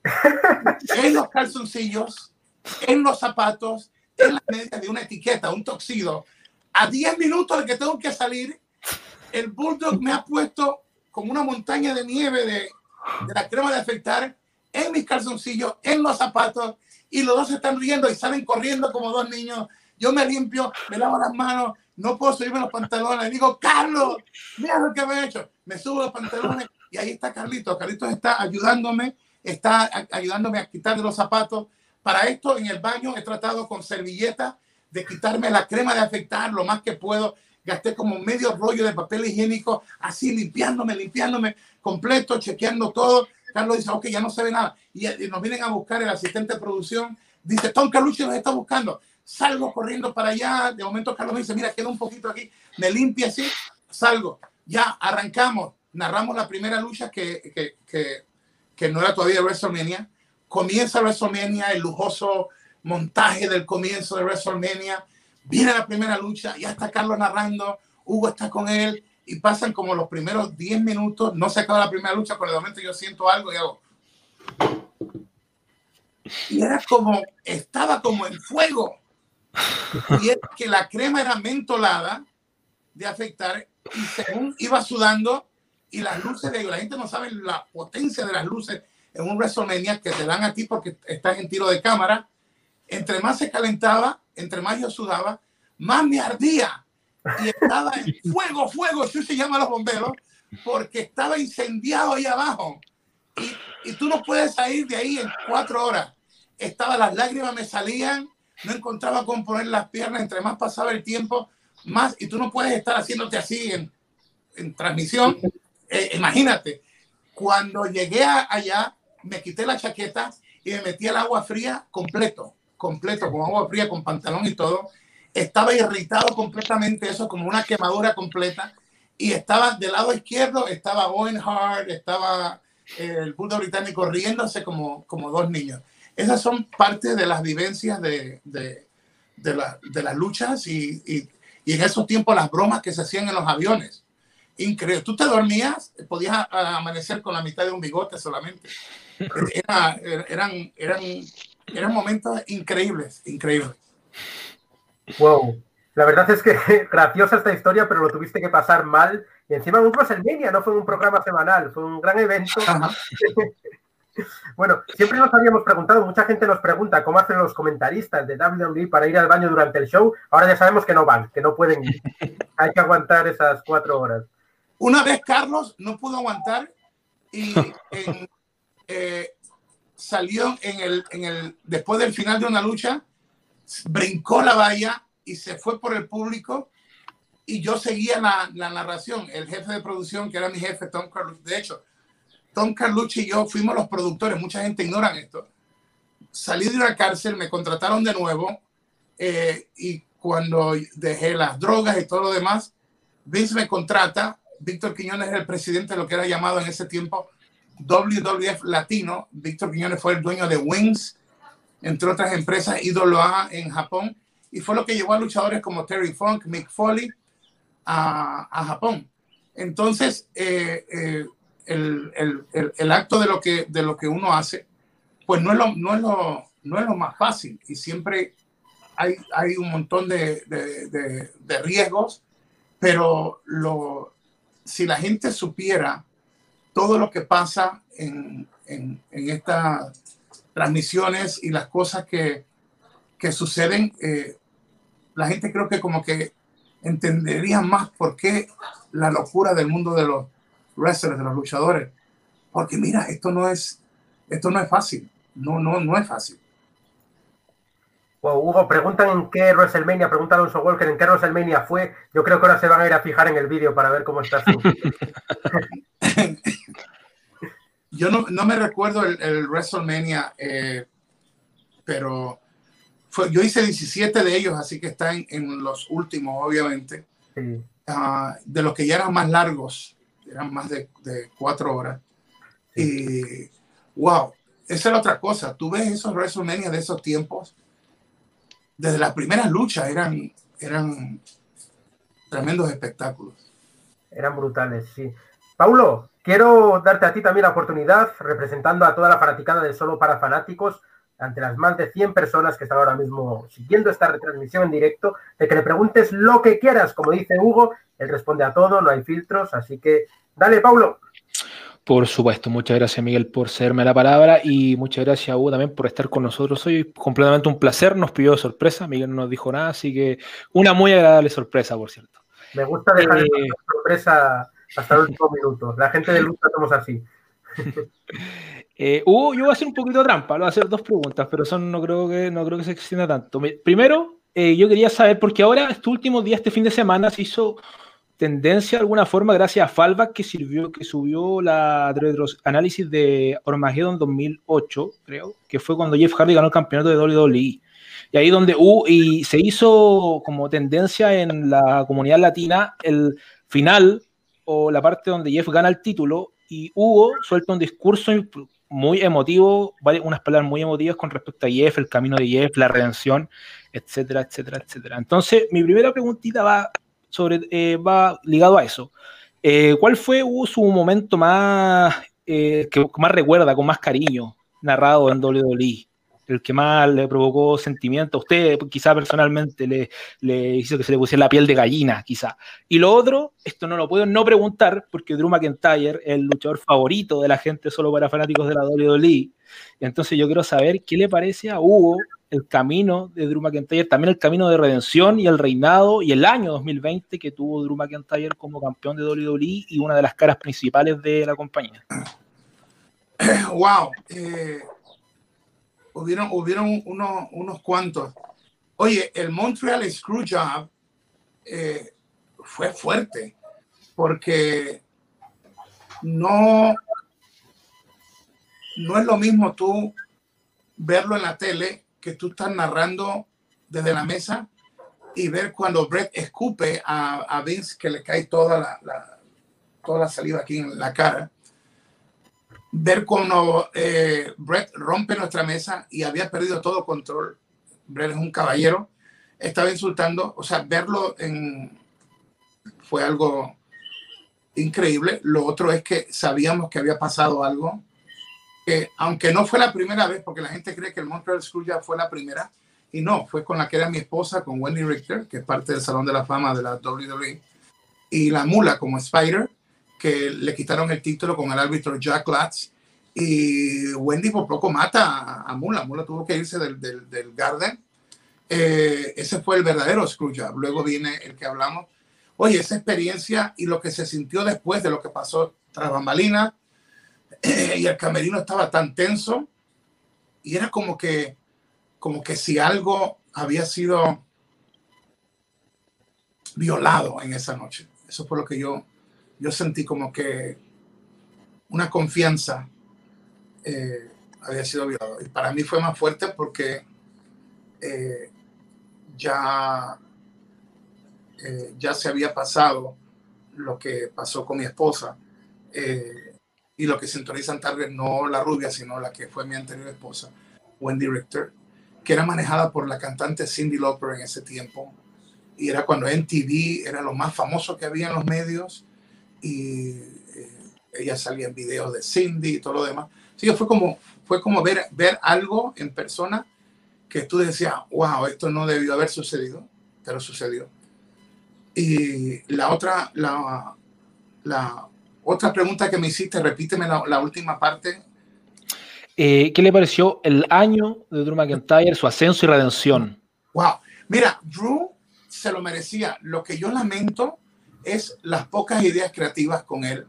en los calzoncillos, en los zapatos, en la media de una etiqueta, un toxido. A diez minutos de que tengo que salir, el Bulldog me ha puesto como una montaña de nieve de, de la crema de afeitar en mis calzoncillos, en los zapatos, y los dos se están riendo y salen corriendo como dos niños. Yo me limpio, me lavo las manos, no puedo subirme los pantalones. Digo, Carlos, mira lo que me he hecho. Me subo los pantalones y ahí está Carlitos. Carlitos está ayudándome, está ayudándome a quitar de los zapatos. Para esto, en el baño he tratado con servilleta de quitarme la crema de afeitar lo más que puedo. Gasté como medio rollo de papel higiénico, así limpiándome, limpiándome completo, chequeando todo. Carlos dice, ok, ya no se ve nada. Y, y nos vienen a buscar el asistente de producción. Dice, Tom Carlucci nos está buscando. Salgo corriendo para allá. De momento Carlos me dice, mira, queda un poquito aquí. Me limpia así, salgo. Ya, arrancamos. Narramos la primera lucha que, que, que, que no era todavía WrestleMania. Comienza WrestleMania, el lujoso montaje del comienzo de WrestleMania. Viene la primera lucha, ya está Carlos narrando, Hugo está con él, y pasan como los primeros diez minutos, no se acaba la primera lucha, pero de momento yo siento algo y hago. Y era como, estaba como en fuego. Y es que la crema era mentolada de afeitar, y según iba sudando, y las luces de la gente no sabe la potencia de las luces en un WrestleMania que te dan a ti porque estás en tiro de cámara. Entre más se calentaba, entre más yo sudaba, más me ardía. Y estaba en fuego, fuego, eso se llama los bomberos, porque estaba incendiado ahí abajo. Y, y tú no puedes salir de ahí en cuatro horas. Estaba, las lágrimas me salían, no encontraba cómo poner las piernas, entre más pasaba el tiempo, más, y tú no puedes estar haciéndote así en, en transmisión. Eh, imagínate, cuando llegué a, allá, me quité la chaqueta y me metí al agua fría completo. completo, con agua fría, con pantalón y todo. Estaba irritado completamente, eso como una quemadura completa. Y estaba del lado izquierdo, estaba Owen Hart, estaba eh, el Bulldog británico riéndose como, como dos niños. Esas son parte de las vivencias de, de, de, la, de las luchas y, y, y en esos tiempos las bromas que se hacían en los aviones. Increíble. Tú te dormías, podías amanecer con la mitad de un bigote solamente. Era, eran, eran Eran momentos increíbles, increíbles. Wow. La verdad es que graciosa esta historia, pero lo tuviste que pasar mal. Y encima un WrestleMania, no fue un programa semanal, fue un gran evento. Bueno, siempre nos habíamos preguntado, mucha gente nos pregunta cómo hacen los comentaristas de doble u doble u E para ir al baño durante el show. Ahora ya sabemos que no van, que no pueden ir. Hay que aguantar esas cuatro horas. Una vez Carlos no pudo aguantar y en, eh, salió en el, en el, después del final de una lucha, brincó la valla y se fue por el público, y yo seguía la, la narración. El jefe de producción, que era mi jefe, Tom Carlucci, de hecho, Tom Carlucci y yo fuimos los productores, mucha gente ignora esto. Salí de una cárcel, me contrataron de nuevo, eh, y cuando dejé las drogas y todo lo demás, Vince me contrata. Víctor Quiñones era el presidente de lo que era llamado en ese tiempo doble u doble u F Latino. Víctor Quiñones fue el dueño de Wings, entre otras empresas, I W A en Japón, y fue lo que llevó a luchadores como Terry Funk, Mick Foley a, a Japón. Entonces, eh, eh, el, el, el, el acto de lo, que, de lo que uno hace, pues no es lo, no es lo, no es lo más fácil, y siempre hay, hay un montón de, de, de, de riesgos, pero lo, si la gente supiera todo lo que pasa en, en, en estas transmisiones y las cosas que, que suceden, eh, la gente creo que como que entendería más por qué la locura del mundo de los wrestlers, de los luchadores. Porque mira, esto no es, esto no es fácil. No, no, no es fácil. Wow, Hugo, preguntan en qué WrestleMania, pregunta Alonso Walker, en qué WrestleMania fue. Yo creo que ahora se van a ir a fijar en el vídeo para ver cómo está su... Yo no, no me recuerdo el, el WrestleMania, eh, pero fue, yo hice diecisiete de ellos, así que están en los últimos, obviamente. Sí. Uh, de los que ya eran más largos, eran más de, de cuatro horas. Sí. Y wow, esa era otra cosa. Tú ves esos WrestleMania de esos tiempos, desde las primeras luchas eran, eran tremendos espectáculos. Eran brutales, sí. Paulo, quiero darte a ti también la oportunidad, representando a toda la fanaticada de Solo para Fanáticos, ante las más de cien personas que están ahora mismo siguiendo esta retransmisión en directo, de que le preguntes lo que quieras. Como dice Hugo, él responde a todo, no hay filtros, así que dale, Paulo. Por supuesto, muchas gracias, Miguel, por cederme la palabra, y muchas gracias, Hugo, también por estar con nosotros hoy. Completamente un placer, nos pidió sorpresa, Miguel no nos dijo nada, así que una muy agradable sorpresa, por cierto. Me gusta dejar eh... esta sorpresa hasta el último minuto. La gente de lucha somos así. eh, Hugo, yo voy a hacer un poquito de trampa, voy a hacer dos preguntas, pero son, no creo que, no creo que se extienda tanto. Primero, eh, yo quería saber, porque ahora, este último día, este fin de semana, se hizo tendencia de alguna forma gracias a Fallback, que sirvió, que subió la análisis de Armageddon dos mil ocho, creo, que fue cuando Jeff Hardy ganó el campeonato de W W E. Y ahí donde uh, y se hizo como tendencia en la comunidad latina el final o la parte donde Jeff gana el título y Hugo suelta un discurso muy emotivo, unas palabras muy emotivas con respecto a Jeff, el camino de Jeff, la redención, etcétera, etcétera, etcétera. Entonces, mi primera preguntita va sobre eh, va ligado a eso. Eh, ¿Cuál fue uh, su momento más eh, que más recuerda, con más cariño, narrado en W W E? El que más le provocó sentimiento a usted, quizá personalmente le, le hizo que se le pusiera la piel de gallina, quizá. Y lo otro, esto no lo puedo no preguntar, porque Drew McIntyre es el luchador favorito de la gente Solo para Fanáticos de la W W E. Entonces yo quiero saber qué le parece a Hugo el camino de Drew McIntyre, también el camino de redención y el reinado y el año dos mil veinte que tuvo Drew McIntyre como campeón de W W E y una de las caras principales de la compañía. Wow. Eh... Hubieron, hubieron unos, unos cuantos. Oye, el Montreal Screwjob eh, fue fuerte porque no, no es lo mismo tú verlo en la tele que tú estás narrando desde la mesa y ver cuando Bret escupe a, a Vince que le cae toda la, la, toda la saliva aquí en la cara. Ver cómo eh, Bret rompe nuestra mesa y había perdido todo control. Bret es un caballero, estaba insultando, o sea, verlo en, fue algo increíble. Lo otro es que sabíamos que había pasado algo, que aunque no fue la primera vez, porque la gente cree que el Montreal Screwjob fue la primera, y no, fue con la que era mi esposa, con Wendy Richter, que es parte del Salón de la Fama de la W W E, y la Mula como Spider, que le quitaron el título con el árbitro Jack Latz, y Wendy por poco mata a, a Mula. Mula tuvo que irse del, del, del Garden. Eh, ese fue el verdadero Screwjob. Luego viene el que hablamos. Oye, esa experiencia y lo que se sintió después de lo que pasó tras bambalinas, eh, y el camerino estaba tan tenso, y era como que, como que si algo había sido violado en esa noche. Eso fue lo que yo Yo sentí, como que una confianza eh, había sido violada. Y para mí fue más fuerte porque eh, ya, eh, ya se había pasado lo que pasó con mi esposa. Eh, y lo que sintonizan tarde, no la rubia, sino la que fue mi anterior esposa, Wendy Richter, que era manejada por la cantante Cyndi Lauper en ese tiempo. Y era cuando M T V era lo más famoso que había en los medios. Y eh, ella salía en videos de Cindy y todo lo demás. Así que fue como, fue como ver, ver algo en persona que tú decías, wow, esto no debió haber sucedido, pero sucedió. Y la otra, la, la otra pregunta que me hiciste, repíteme la, la última parte. Eh, ¿Qué le pareció el año de Drew McIntyre, su ascenso y redención? Wow, mira, Drew se lo merecía. Lo que yo lamento es las pocas ideas creativas con él.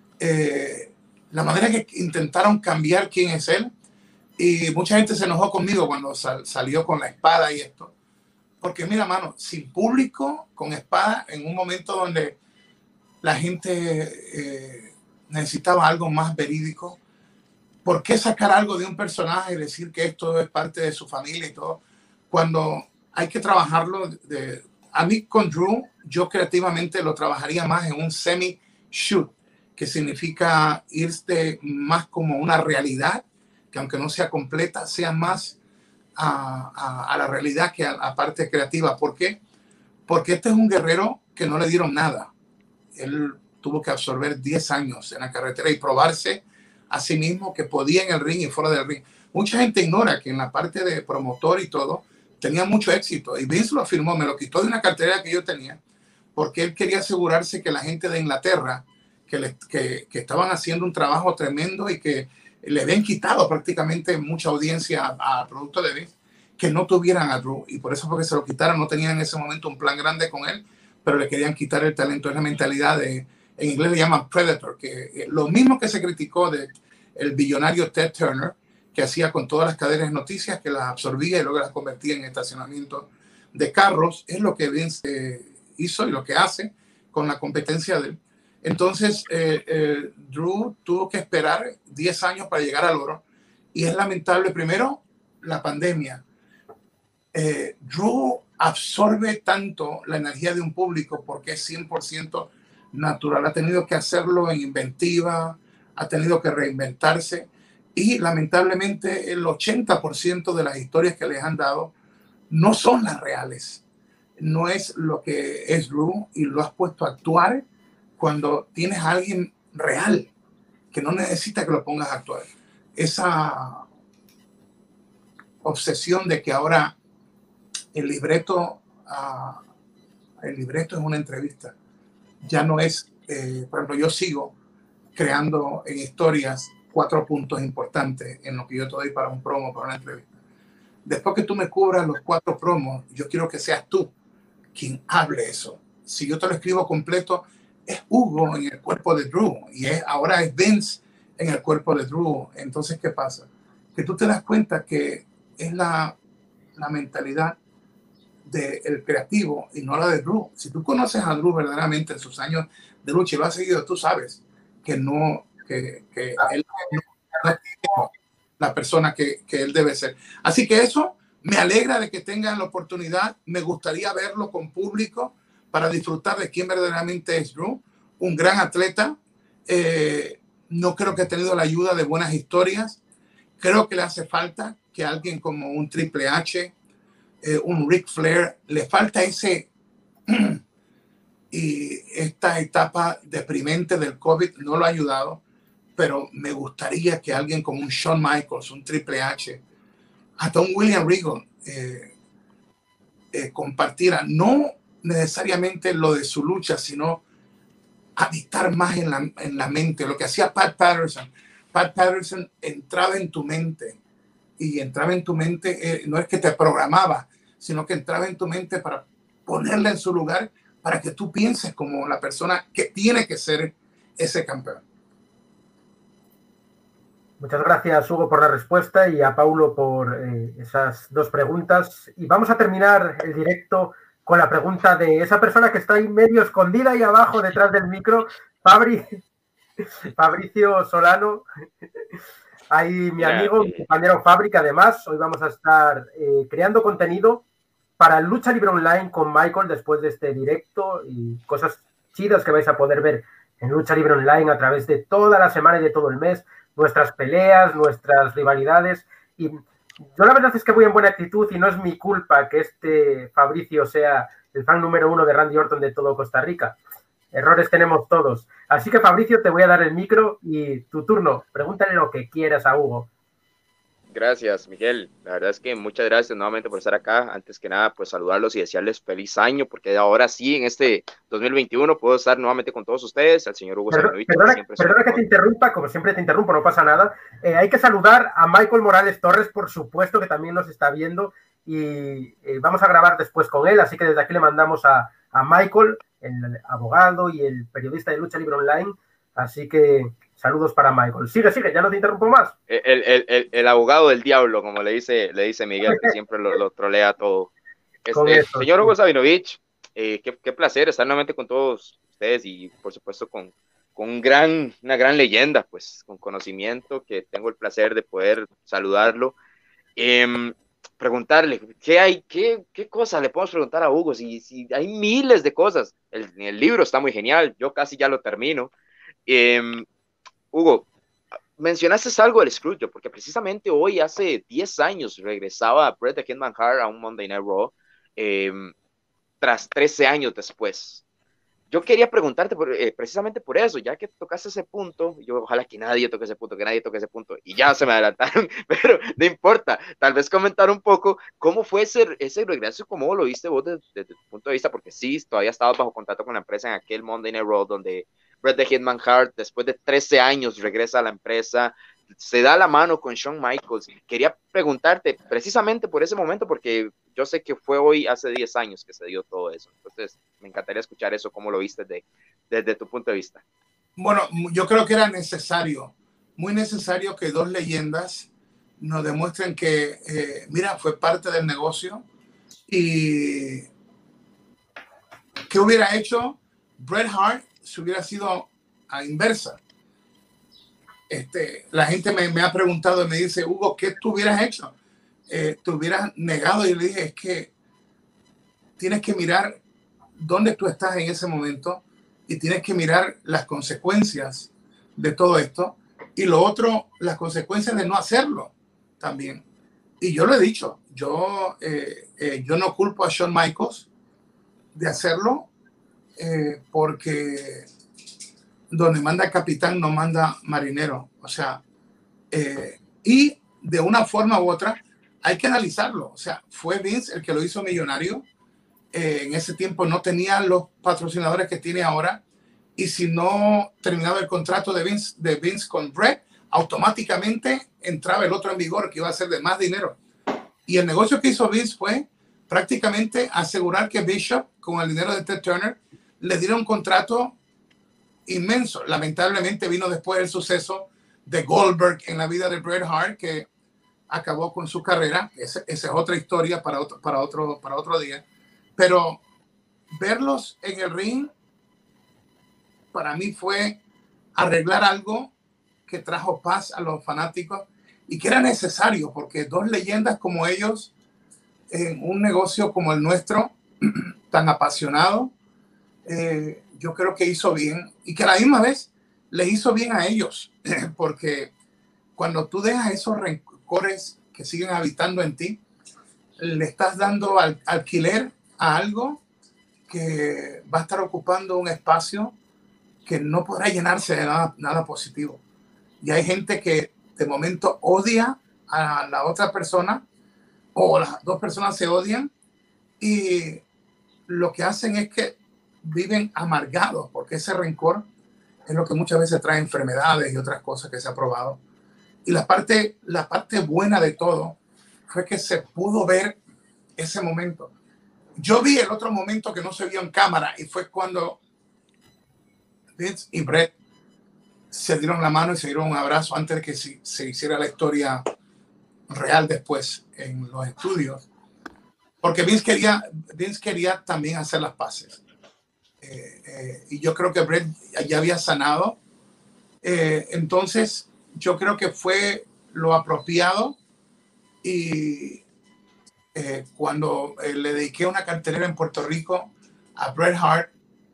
Eh, la manera que intentaron cambiar quién es él. Y mucha gente se enojó conmigo cuando sal, salió con la espada y esto. Porque mira, mano, sin público, con espada, en un momento donde la gente eh, necesitaba algo más verídico, ¿por qué sacar algo de un personaje y decir que esto es parte de su familia y todo? Cuando hay que trabajarlo. De, a mí con Drew, yo creativamente lo trabajaría más en un semi-shoot, que significa irte más como una realidad, que aunque no sea completa, sea más a, a, a la realidad que a la parte creativa. ¿Por qué? Porque este es un guerrero que no le dieron nada. Él tuvo que absorber diez años en la carretera y probarse a sí mismo que podía en el ring y fuera del ring. Mucha gente ignora que en la parte de promotor y todo tenía mucho éxito. Y Vince lo afirmó, me lo quitó de una cartera que yo tenía, porque él quería asegurarse que la gente de Inglaterra, que, le, que, que estaban haciendo un trabajo tremendo y que le habían quitado prácticamente mucha audiencia al producto de Vince, que no tuvieran a Drew. Y por eso porque se lo quitaron, no tenían en ese momento un plan grande con él, pero le querían quitar el talento. Es la mentalidad de, en inglés le llaman predator, que lo mismo que se criticó de el billonario Ted Turner, que hacía con todas las cadenas de noticias, que las absorbía y luego las convertía en estacionamiento de carros, es lo que Vince eh, hizo y lo que hace con la competencia de él. Entonces, eh, eh, Drew tuvo que esperar diez años para llegar al oro, y es lamentable, primero, la pandemia. Eh, Drew absorbe tanto la energía de un público porque es cien por ciento natural. Ha tenido que hacerlo en inventiva, ha tenido que reinventarse, y lamentablemente el ochenta por ciento de las historias que les han dado no son las reales. No es lo que es Drew, y lo has puesto a actuar cuando tienes a alguien real que no necesita que lo pongas a actuar. Esa obsesión de que ahora el libreto, uh, el libreto es una entrevista. Ya no es, eh, por ejemplo, yo sigo creando en historias cuatro puntos importantes en lo que yo te doy para un promo, para una entrevista. Después que tú me cubras los cuatro promos, yo quiero que seas tú quien hable eso. Si yo te lo escribo completo, es Hugo en el cuerpo de Drew, y es, ahora es Vince en el cuerpo de Drew. Entonces, ¿qué pasa? Que tú te das cuenta que es la, la mentalidad del creativo y no la de Drew. Si tú conoces a Drew verdaderamente en sus años de lucha y lo has seguido, tú sabes que no, que, que él no es la persona que, que él debe ser. Así que eso me alegra de que tengan la oportunidad. Me gustaría verlo con público para disfrutar de quién verdaderamente es Drew. Un gran atleta. Eh, no creo que ha tenido la ayuda de buenas historias. Creo que le hace falta que alguien como un Triple H, eh, un Ric Flair, le falta ese... y esta etapa deprimente del COVID no lo ha ayudado, pero me gustaría que alguien como un Shawn Michaels, un Triple H, hasta un William Regal eh, eh, compartiera no necesariamente lo de su lucha, sino habitar más en la, en la mente, lo que hacía Pat Patterson. Pat Patterson entraba en tu mente, y entraba en tu mente, eh, no es que te programaba, sino que entraba en tu mente para ponerla en su lugar, para que tú pienses como la persona que tiene que ser ese campeón. Muchas gracias, Hugo, por la respuesta, y a Paulo por eh, esas dos preguntas. Y vamos a terminar el directo con la pregunta de esa persona que está ahí medio escondida ahí abajo detrás del micro, Fabri, Fabricio Solano. Ahí mi amigo, mi compañero Fabri, que además hoy vamos a estar eh, creando contenido para Lucha Libre Online con Michael después de este directo, y cosas chidas que vais a poder ver en Lucha Libre Online a través de toda la semana y de todo el mes, nuestras peleas, nuestras rivalidades. Y yo la verdad es que voy en buena actitud, y no es mi culpa que este Fabricio sea el fan número uno de Randy Orton de todo Costa Rica. Errores tenemos todos. Así que, Fabricio, te voy a dar el micro y tu turno. Pregúntale lo que quieras a Hugo. Gracias, Miguel. La verdad es que muchas gracias nuevamente por estar acá. Antes que nada, pues saludarlos y desearles feliz año, porque ahora sí, en este dos mil veintiuno, puedo estar nuevamente con todos ustedes, al señor Hugo Perdona, Sabinovich. perdona, Siempre perdona que te interrumpa, como siempre te interrumpo, no pasa nada. Eh, hay que saludar a Michael Morales Torres, por supuesto, que también nos está viendo, y eh, vamos a grabar después con él, así que desde aquí le mandamos a, a Michael, el abogado y el periodista de Lucha Libre Online, así que saludos para Michael. Sigue, sigue, ya no te interrumpo más. El, el, el, el abogado del diablo, como le dice, le dice Miguel, que siempre lo, lo trolea todo. Este, eso, señor sí. Hugo Sabinovich, eh, qué, qué placer estar nuevamente con todos ustedes y por supuesto con, con un gran, una gran leyenda, pues con conocimiento, que tengo el placer de poder saludarlo. Eh, preguntarle, ¿qué hay? ¿Qué, qué cosas le podemos preguntar a Hugo? Si, si hay miles de cosas. El, el libro está muy genial, yo casi ya lo termino. Eh, Hugo, mencionaste algo del Screwjob, porque precisamente hoy, hace diez años, regresaba Bret the Hitman Hart a un Monday Night Raw, eh, tras trece años después. Yo quería preguntarte por, eh, precisamente por eso, ya que tocaste ese punto, yo ojalá que nadie toque ese punto, que nadie toque ese punto, y ya se me adelantaron, pero no importa, tal vez comentar un poco cómo fue ese, ese regreso, cómo lo viste vos desde, desde tu punto de vista, porque sí, todavía estabas bajo contrato con la empresa en aquel Monday Night Raw, donde Bret the Hitman Hart, después de trece años, regresa a la empresa, se da la mano con Shawn Michaels. Quería preguntarte precisamente por ese momento, porque yo sé que fue hoy, hace diez años que se dio todo eso. Entonces, me encantaría escuchar eso, cómo lo viste desde, desde tu punto de vista. Bueno, yo creo que era necesario, muy necesario que dos leyendas nos demuestren que, eh, mira, fue parte del negocio. Y ¿qué hubiera hecho Bret Hart si hubiera sido a inversa? Este, la gente me, me ha preguntado y me dice, Hugo, ¿qué tú hubieras hecho? Eh, te hubieras negado. Y le dije, es que tienes que mirar dónde tú estás en ese momento y tienes que mirar las consecuencias de todo esto. Y lo otro, las consecuencias de no hacerlo también. Y yo lo he dicho, yo, eh, eh, yo no culpo a Shawn Michaels de hacerlo, eh, porque donde manda capitán no manda marinero. O sea, eh, y de una forma u otra hay que analizarlo. O sea, fue Vince el que lo hizo millonario. Eh, en ese tiempo no tenía los patrocinadores que tiene ahora. Y si no terminaba el contrato de Vince, de Vince con Bret, automáticamente entraba el otro en vigor, que iba a ser de más dinero. Y el negocio que hizo Vince fue prácticamente asegurar que Bishop, con el dinero de Ted Turner, le diera un contrato inmenso. Lamentablemente vino después el suceso de Goldberg en la vida de Bret Hart, que acabó con su carrera. Esa, esa es otra historia para otro, para, otro, para otro día. Pero verlos en el ring, para mí fue arreglar algo que trajo paz a los fanáticos y que era necesario, porque dos leyendas como ellos en un negocio como el nuestro, tan apasionado, eh, yo creo que hizo bien, y que a la misma vez les hizo bien a ellos, porque cuando tú dejas esos rencores que siguen habitando en ti, le estás dando al, alquiler a algo que va a estar ocupando un espacio que no podrá llenarse de nada, nada positivo. Y hay gente que de momento odia a la otra persona, o las dos personas se odian, y lo que hacen es que viven amargados, porque ese rencor es lo que muchas veces trae enfermedades y otras cosas que se ha probado. Y la parte, la parte buena de todo fue que se pudo ver ese momento. Yo vi el otro momento que no se vio en cámara, y fue cuando Vince y Bret se dieron la mano y se dieron un abrazo antes de que se, se hiciera la historia real después en los estudios, porque Vince quería, Vince quería también hacer las paces, eh, eh, y yo creo que Bret ya había sanado, eh, entonces yo creo que fue lo apropiado. Y eh, cuando eh, le dediqué una cartelera en Puerto Rico a Bret Hart,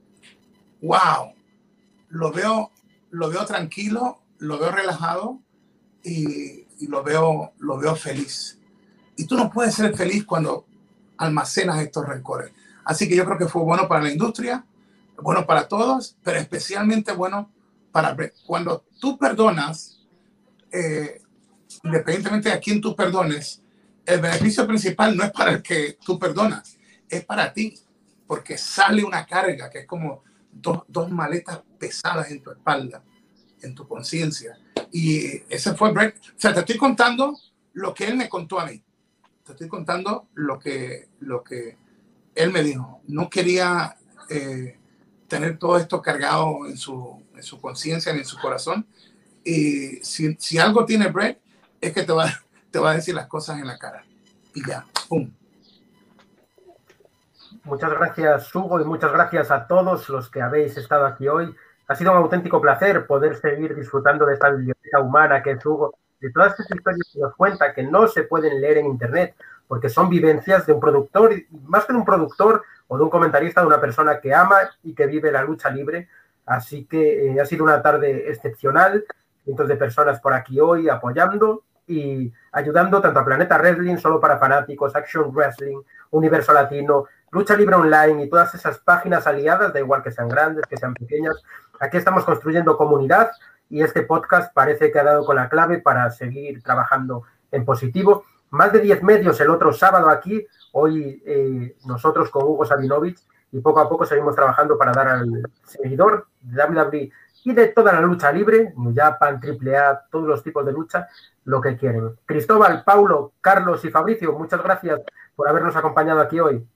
wow, lo veo, lo veo tranquilo, lo veo relajado, y y lo veo, lo veo feliz. Y tú no puedes ser feliz cuando almacenas estos rencores. Así que yo creo que fue bueno para la industria, bueno para todos, pero especialmente bueno para Bret. Cuando tú perdonas, eh, independientemente de a quién tú perdones, el beneficio principal no es para el que tú perdonas, es para ti, porque sale una carga que es como dos, dos maletas pesadas en tu espalda, en tu conciencia. Y ese fue Brett. O sea, te estoy contando lo que él me contó a mí. Te estoy contando lo que, lo que él me dijo. No quería eh, tener todo esto cargado en su, en su conciencia ni en su corazón. Y si, si algo tiene Brett, es que te va, te va a decir las cosas en la cara. Y ya, pum. Muchas gracias, Hugo, y muchas gracias a todos los que habéis estado aquí hoy. Ha sido un auténtico placer poder seguir disfrutando de esta biblioteca humana que es Hugo, de todas estas historias que nos cuenta, que no se pueden leer en internet, porque son vivencias de un productor, y más que de un productor o de un comentarista, de una persona que ama y que vive la lucha libre. Así que eh, ha sido una tarde excepcional, cientos de personas por aquí hoy apoyando y ayudando tanto a Planeta Wrestling, Solo para Fanáticos, Action Wrestling, Universo Latino, Lucha Libre Online y todas esas páginas aliadas, da igual que sean grandes, que sean pequeñas. Aquí estamos construyendo comunidad y este podcast parece que ha dado con la clave para seguir trabajando en positivo. Más de diez medios el otro sábado aquí, hoy eh, nosotros con Hugo Sabinovich, y poco a poco seguimos trabajando para dar al seguidor de doble u doble u E y de toda la lucha libre, New Japan, triple A, todos los tipos de lucha, lo que quieren. Cristóbal, Paulo, Carlos y Fabricio, muchas gracias por habernos acompañado aquí hoy.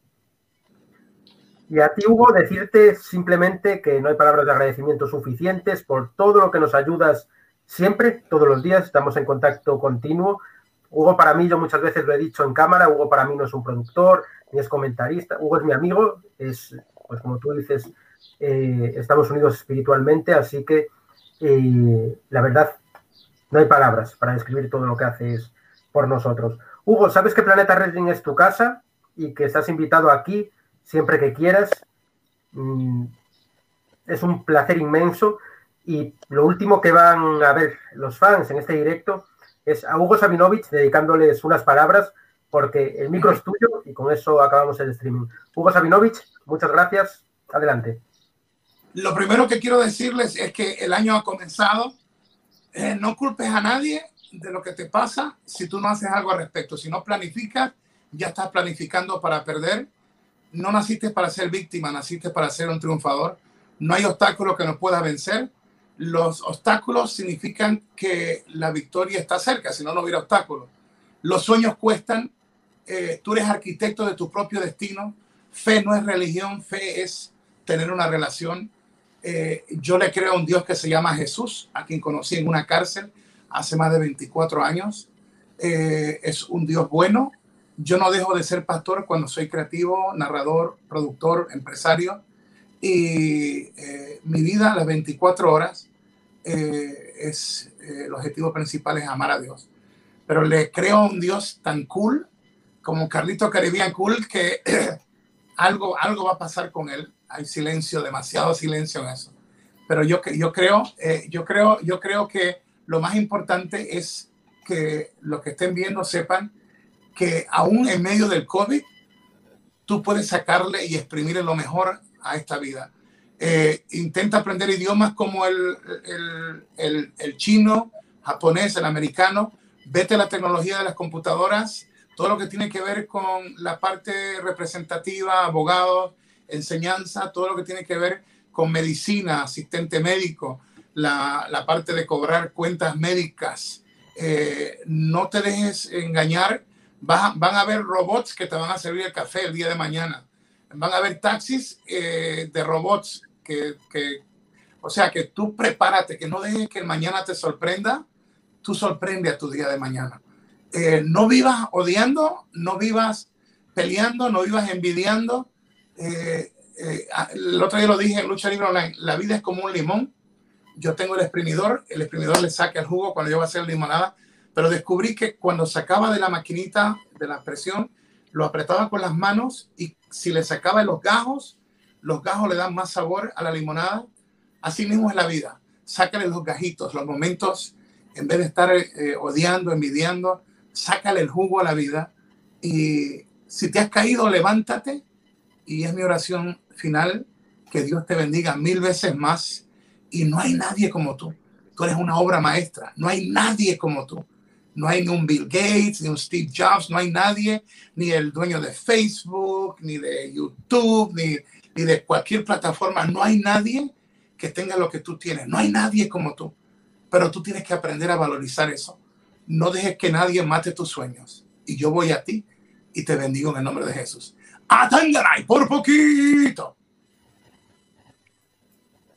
Y a ti, Hugo, decirte simplemente que no hay palabras de agradecimiento suficientes por todo lo que nos ayudas siempre, todos los días, estamos en contacto continuo. Hugo para mí, yo muchas veces lo he dicho en cámara, Hugo para mí no es un productor, ni es comentarista, Hugo es mi amigo, es, pues como tú dices, eh, estamos unidos espiritualmente, así que eh, la verdad, no hay palabras para describir todo lo que haces por nosotros. Hugo, sabes que Planeta Wrestling es tu casa y que estás invitado aquí siempre que quieras. Mm, es un placer inmenso y lo último que van a ver los fans en este directo es a Hugo Sabinovich dedicándoles unas palabras porque el micro es tuyo y con eso acabamos el streaming. Hugo Sabinovich, muchas gracias. Adelante. Lo primero que quiero decirles es que el año ha comenzado. Eh, no culpes a nadie de lo que te pasa si tú no haces algo al respecto. Si no planificas, ya estás planificando para perder. No naciste para ser víctima, naciste para ser un triunfador. No hay obstáculo que nos pueda vencer. Los obstáculos significan que la victoria está cerca, si no, no hubiera obstáculos. Los sueños cuestan. Eh, tú eres arquitecto de tu propio destino. Fe no es religión, fe es tener una relación. Eh, yo le creo a un Dios que se llama Jesús, a quien conocí en una cárcel hace más de veinticuatro años. Eh, es un Dios bueno. Yo no dejo de ser pastor cuando soy creativo, narrador, productor, empresario. Y eh, mi vida, las veinticuatro horas, eh, es eh, el objetivo principal es amar a Dios. Pero le creo a un Dios tan cool como Carlito Caribbean Cool que algo, algo va a pasar con él. Hay silencio, demasiado silencio en eso. Pero yo, yo, creo, eh, yo, creo, yo creo que lo más importante es que los que estén viendo sepan que aún en medio del COVID, tú puedes sacarle y exprimirle lo mejor a esta vida. Eh, intenta aprender idiomas como el, el, el, el chino, japonés, el americano. Vete a la tecnología de las computadoras, todo lo que tiene que ver con la parte representativa, abogados, enseñanza, todo lo que tiene que ver con medicina, asistente médico, la, la parte de cobrar cuentas médicas. Eh, no te dejes engañar. Van, van a haber robots que te van a servir el café el día de mañana. Van a haber taxis eh, de robots. Que, que, o sea, que tú prepárate, que no dejes que el mañana te sorprenda. Tú sorprende a tu día de mañana. Eh, no vivas odiando, no vivas peleando, no vivas envidiando. Eh, eh, el otro día lo dije en Lucha Libre Online, la vida es como un limón. Yo tengo el exprimidor, el exprimidor le saca el jugo cuando yo voy a hacer limonada, pero descubrí que cuando sacaba de la maquinita de la presión, lo apretaba con las manos y si le sacaba los gajos, los gajos le dan más sabor a la limonada. Así mismo es la vida. Sácale los gajitos, los momentos, en vez de estar eh, odiando, envidiando, sácale el jugo a la vida. Y si te has caído, levántate. Y es mi oración final, que Dios te bendiga mil veces más. Y no hay nadie como tú. Tú eres una obra maestra. No hay nadie como tú. No hay ni un Bill Gates, ni un Steve Jobs, no hay nadie, ni el dueño de Facebook, ni de YouTube, ni, ni de cualquier plataforma. No hay nadie que tenga lo que tú tienes. No hay nadie como tú. Pero tú tienes que aprender a valorizar eso. No dejes que nadie mate tus sueños. Y yo voy a ti y te bendigo en el nombre de Jesús. ¡Atangaray por poquito!